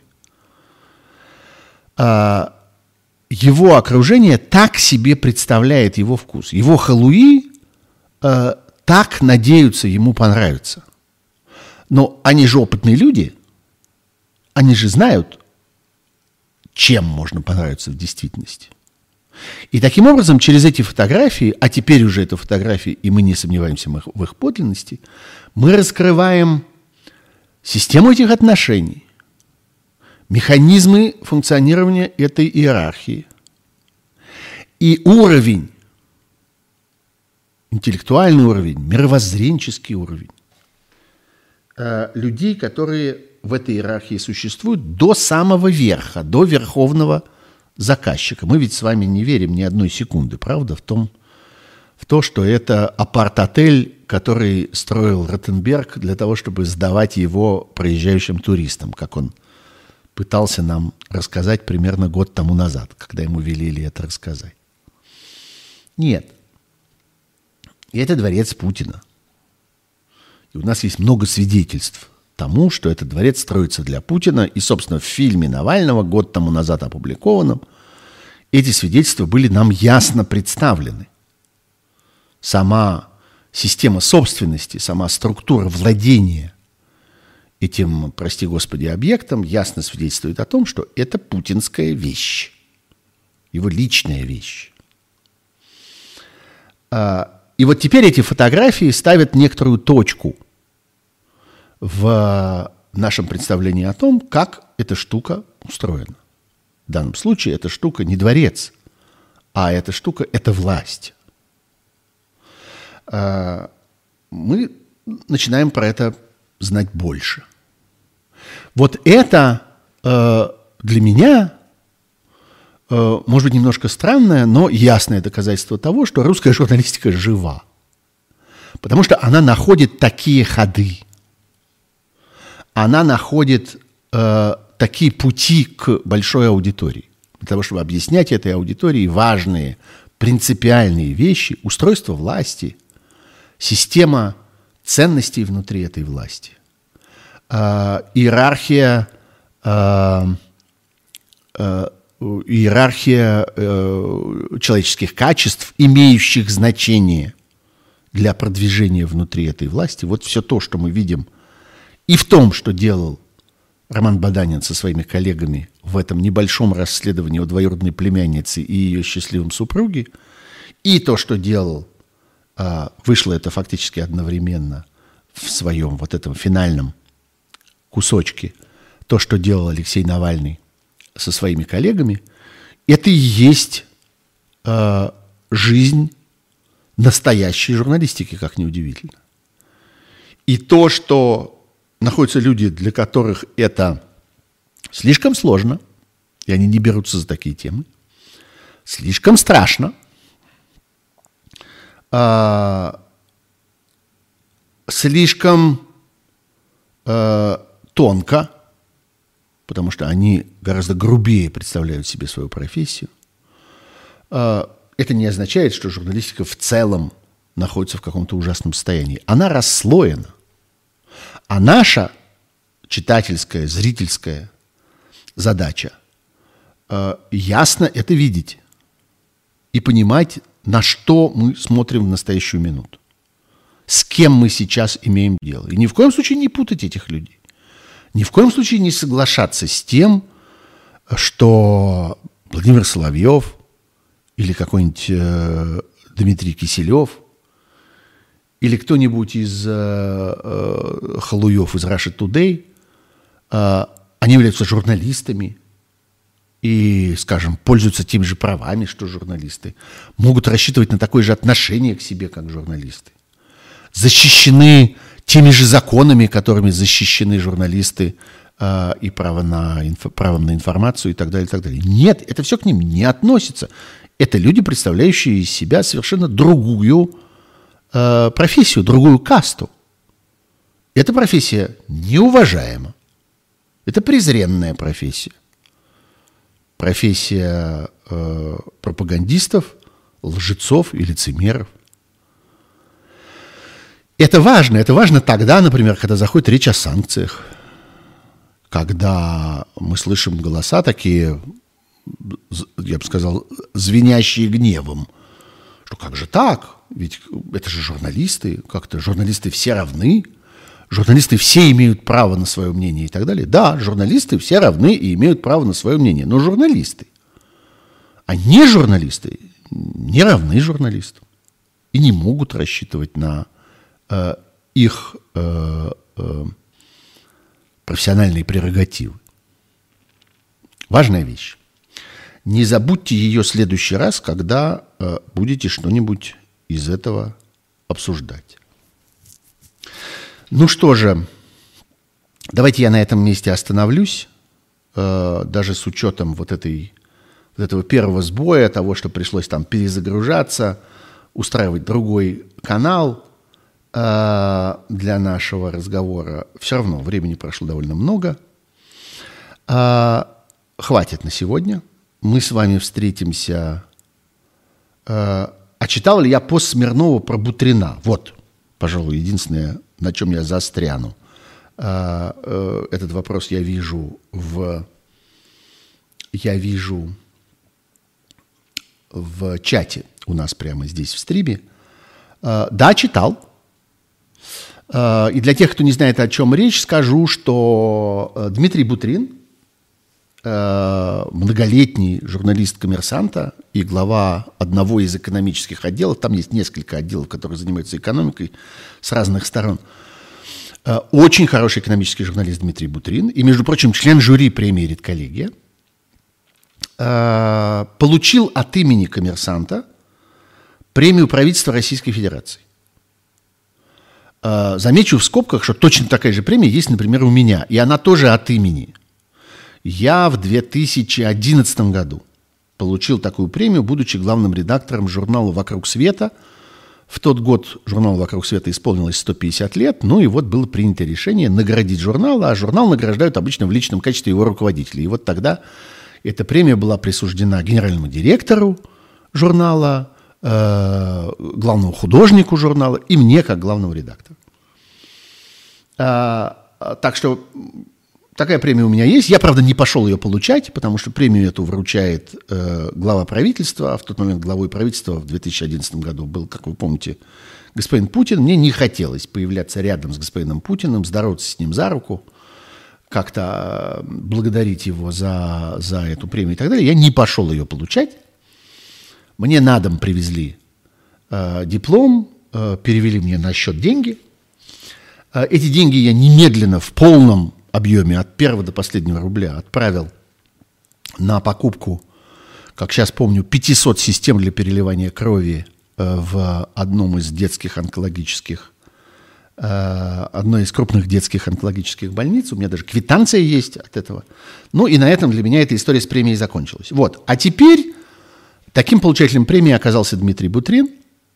Э, его окружение так себе представляет его вкус. Его халуи э, так надеются ему понравиться. Но они же опытные люди, они же знают, чем можно понравиться в действительности. И таким образом, через эти фотографии, а теперь уже это фотографии, и мы не сомневаемся в их, в их подлинности, мы раскрываем систему этих отношений, механизмы функционирования этой иерархии и уровень, интеллектуальный уровень, мировоззренческий уровень э, людей, которые в этой иерархии существуют до самого верха, до верховного заказчика. Мы ведь с вами не верим ни одной секунды, правда, в том, в то, что это апарт-отель, который строил Ротенберг для того, чтобы сдавать его проезжающим туристам, как он пытался нам рассказать примерно год тому назад, когда ему велели это рассказать. Нет. И это дворец Путина. И у нас есть много свидетельств тому, что этот дворец строится для Путина. И, собственно, в фильме Навального, год тому назад опубликованном, эти свидетельства были нам ясно представлены. Сама система собственности, сама структура владения этим, прости господи, объектом ясно свидетельствует о том, что это путинская вещь, его личная вещь. И вот теперь эти фотографии ставят некоторую точку в нашем представлении о том, как эта штука устроена. В данном случае эта штука не дворец, а эта штука – это власть. Мы начинаем про это знать больше. Вот это для меня, может быть, немножко странное, но ясное доказательство того, что русская журналистика жива. Потому что она находит такие ходы. Она находит э, такие пути к большой аудитории. Для того, чтобы объяснять этой аудитории важные, принципиальные вещи, устройство власти, система ценностей внутри этой власти, э, иерархия, э, э, иерархия э, человеческих качеств, имеющих значение для продвижения внутри этой власти. Вот все то, что мы видим и в том, что делал Роман Баданин со своими коллегами в этом небольшом расследовании о двоюродной племяннице и ее счастливом супруге, и то, что делал, э, вышло это фактически одновременно в своем вот этом финальном кусочке, то, что делал Алексей Навальный со своими коллегами, это и есть э, жизнь настоящей журналистики, как ни удивительно. И то, что находятся люди, для которых это слишком сложно, и они не берутся за такие темы, слишком страшно, э, слишком э, тонко, потому что они гораздо грубее представляют себе свою профессию. Это не означает, что журналистика в целом находится в каком-то ужасном состоянии. Она расслоена. А наша читательская, зрительская задача ясно это видеть и понимать, на что мы смотрим в настоящую минуту, с кем мы сейчас имеем дело. И ни в коем случае не путать этих людей. Ни в коем случае не соглашаться с тем, что Владимир Соловьев или какой-нибудь э, Дмитрий Киселев или кто-нибудь из э, э, халуев из Russia Today, э, они являются журналистами и, скажем, пользуются теми же правами, что журналисты, могут рассчитывать на такое же отношение к себе, как журналисты, защищены теми же законами, которыми защищены журналисты э, и право на, инфо, правом на информацию и так далее, и так далее. Нет, это все к ним не относится. Это люди, представляющие из себя совершенно другую э, профессию, другую касту. Эта профессия неуважаема. Это презренная профессия. Профессия э, пропагандистов, лжецов и лицемеров. Это важно. Это важно тогда, например, когда заходит речь о санкциях, когда мы слышим голоса такие, я бы сказал, звенящие гневом, что как же так? Ведь это же журналисты, как-то журналисты все равны, журналисты все имеют право на свое мнение и так далее. Да, журналисты все равны и имеют право на свое мнение, но журналисты, А не журналисты не равны журналистам и не могут рассчитывать на э, их э, э, профессиональные прерогативы. Важная вещь. Не забудьте ее в следующий раз, когда э, будете что-нибудь из этого обсуждать. Ну что же, давайте я на этом месте остановлюсь, э, даже с учетом вот, этой, вот этого первого сбоя, того, что пришлось там перезагружаться, устраивать другой канал э, для нашего разговора. Все равно времени прошло довольно много. Э, хватит на сегодня. Мы с вами встретимся. Э, а читал ли я пост Смирнова про Бутрина? Вот, пожалуй, единственное, на чем я застряну. Э, э, этот вопрос я вижу в, я вижу в чате у нас прямо здесь в стриме. Э, да, читал. Э, и для тех, кто не знает, о чем речь, скажу, что Дмитрий Бутрин, многолетний журналист «Коммерсанта» и глава одного из экономических отделов, там есть несколько отделов, которые занимаются экономикой с разных сторон, очень хороший экономический журналист Дмитрий Бутрин и, между прочим, член жюри премии «Редколлегия», получил от имени «Коммерсанта» премию правительства Российской Федерации. Замечу в скобках, что точно такая же премия есть, например, у меня, и она тоже от имени. Я в две тысячи одиннадцатом году получил такую премию, будучи главным редактором журнала «Вокруг света». В тот год журналу «Вокруг света» исполнилось сто пятьдесят лет, ну и вот было принято решение наградить журнал, а журнал награждают обычно в личном качестве его руководителя. И вот тогда эта премия была присуждена генеральному директору журнала, э, главному художнику журнала и мне, как главному редактору. А, так что... Такая премия у меня есть. Я, правда, не пошел ее получать, потому что премию эту вручает э, глава правительства. А в тот момент главой правительства в две тысячи одиннадцатом году был, как вы помните, господин Путин. Мне не хотелось появляться рядом с господином Путиным, здороваться с ним за руку, как-то благодарить его за, за эту премию и так далее. Я не пошел ее получать. Мне на дом привезли э, диплом, э, перевели мне на счет деньги. Э, эти деньги я немедленно в полном объеме от первого до последнего рубля отправил на покупку, как сейчас помню, пятьсот систем для переливания крови в одном из детских онкологических, одной из крупных детских онкологических больниц. У меня даже квитанция есть от этого. Ну и на этом для меня эта история с премией закончилась. Вот. А теперь таким получателем премии оказался Дмитрий Бутрин.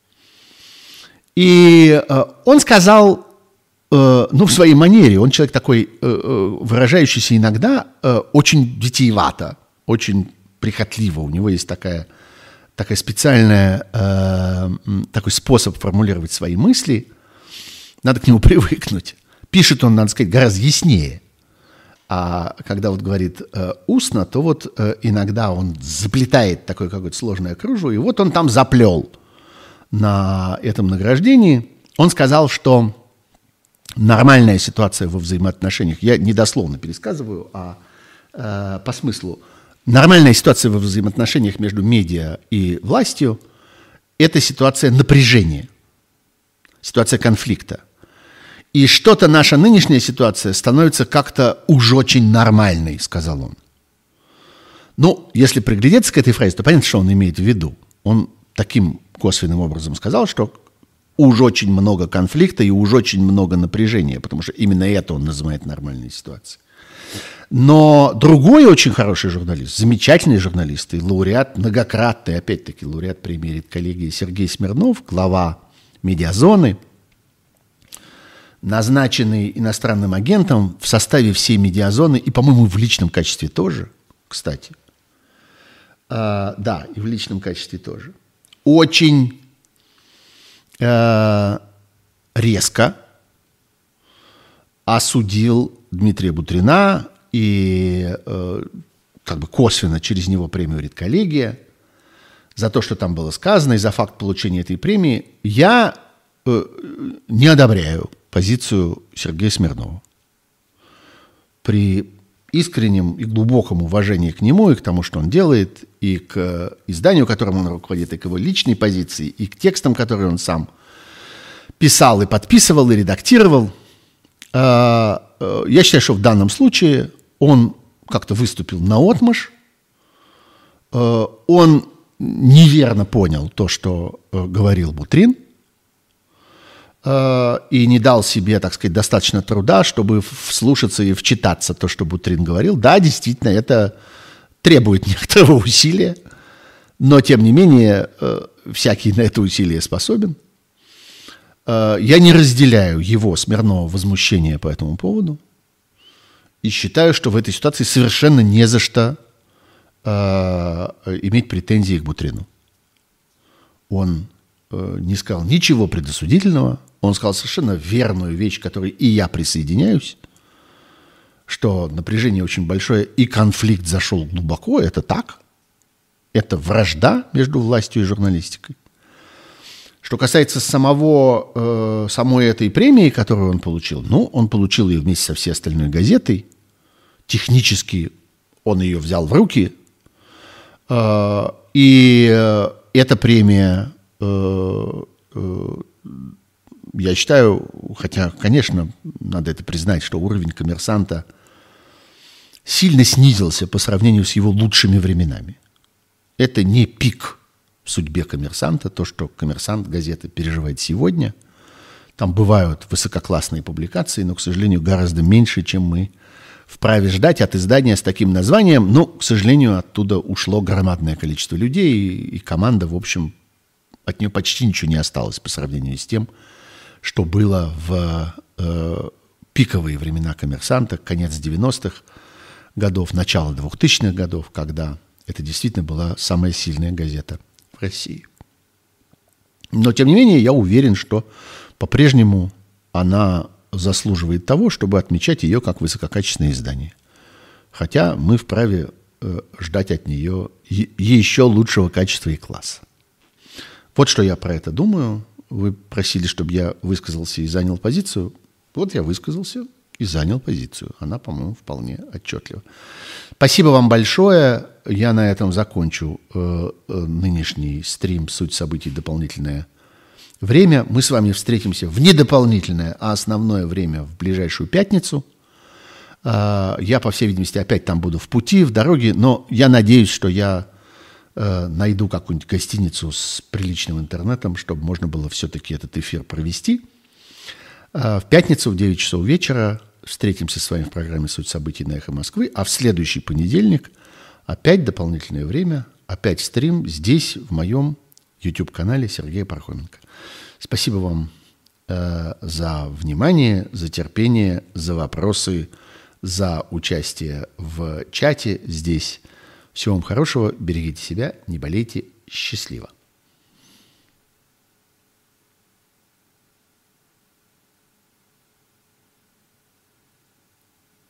И он сказал... Ну, в своей манере, он человек такой, выражающийся иногда очень витиевато, очень прихотливо. У него есть такая, такая специальная, такой способ формулировать свои мысли. Надо к нему привыкнуть. Пишет он, надо сказать, гораздо яснее. А когда вот говорит устно, то вот иногда он заплетает такое какое-то сложное кружево, и вот он там заплел на этом награждении. Он сказал, что нормальная ситуация во взаимоотношениях, я не дословно пересказываю, а э, по смыслу, нормальная ситуация во взаимоотношениях между медиа и властью – это ситуация напряжения, ситуация конфликта. И что-то наша нынешняя ситуация становится как-то уж очень нормальной, сказал он. Ну, если приглядеться к этой фразе, то понятно, что он имеет в виду. Он таким косвенным образом сказал, что уж очень много конфликта и уж очень много напряжения, потому что именно это он называет нормальной ситуацией. Но другой очень хороший журналист, замечательный журналист и лауреат, многократный, опять-таки, лауреат премии «Редколлегии» Сергей Смирнов, глава «Медиазоны», назначенный иностранным агентом в составе всей «Медиазоны» и, по-моему, в личном качестве тоже, кстати. А, да, и в личном качестве тоже. Очень... резко осудил Дмитрия Бутрина и э, как бы косвенно через него премию «Редколлегия» за то, что там было сказано, и за факт получения этой премии. Я э, не одобряю позицию Сергея Смирнова. При искреннем и глубоком уважении к нему и к тому, что он делает, и к изданию, которым он руководит, и к его личной позиции, и к текстам, которые он сам писал и подписывал, и редактировал. Я считаю, что в данном случае он как-то выступил наотмашь, он неверно понял то, что говорил Бутрин, и не дал себе, так сказать, достаточно труда, чтобы вслушаться и вчитаться в то, что Бутрин говорил. Да, действительно, это требует некоторого усилия, но, тем не менее, всякий на это усилие способен. Я не разделяю его, Смирнова, возмущение по этому поводу и считаю, что в этой ситуации совершенно не за что иметь претензии к Бутрину. Он не сказал ничего предосудительного, он сказал совершенно верную вещь, к которой и я присоединяюсь, что напряжение очень большое и конфликт зашел глубоко, это так, это вражда между властью и журналистикой. Что касается самого, э, самой этой премии, которую он получил, ну, он получил ее вместе со всей остальной газетой, технически он ее взял в руки, э, и э, эта премия... Я считаю, хотя, конечно, надо это признать, что уровень «Коммерсанта» сильно снизился по сравнению с его лучшими временами. Это не пик в судьбе «Коммерсанта», то, что «Коммерсант» газета переживает сегодня. Там бывают высококлассные публикации, но, к сожалению, гораздо меньше, чем мы вправе ждать от издания с таким названием. Но, к сожалению, оттуда ушло громадное количество людей, и команда, в общем, от нее почти ничего не осталось по сравнению с тем, что было в э, пиковые времена «Коммерсанта», конец девяностых годов, начало двухтысячных годов, когда это действительно была самая сильная газета в России. Но, тем не менее, я уверен, что по-прежнему она заслуживает того, чтобы отмечать ее как высококачественное издание. Хотя мы вправе э, ждать от нее е- еще лучшего качества и класса. Вот что я про это думаю. Вы просили, чтобы я высказался и занял позицию. Вот я высказался и занял позицию. Она, по-моему, вполне отчетлива. Спасибо вам большое. Я на этом закончу э, э, нынешний стрим «Суть событий. Дополнительное время». Мы с вами встретимся в недополнительное, а основное время в ближайшую пятницу. Э, я, по всей видимости, опять там буду в пути, в дороге, но я надеюсь, что я найду какую-нибудь гостиницу с приличным интернетом, чтобы можно было все-таки этот эфир провести. В пятницу в девять часов вечера встретимся с вами в программе «Суть событий» на Эхо Москвы, а в следующий понедельник опять дополнительное время, опять стрим здесь, в моем YouTube-канале Сергея Пархоменко. Спасибо вам э, за внимание, за терпение, за вопросы, за участие в чате здесь. Всего вам хорошего, берегите себя, не болейте, счастливо.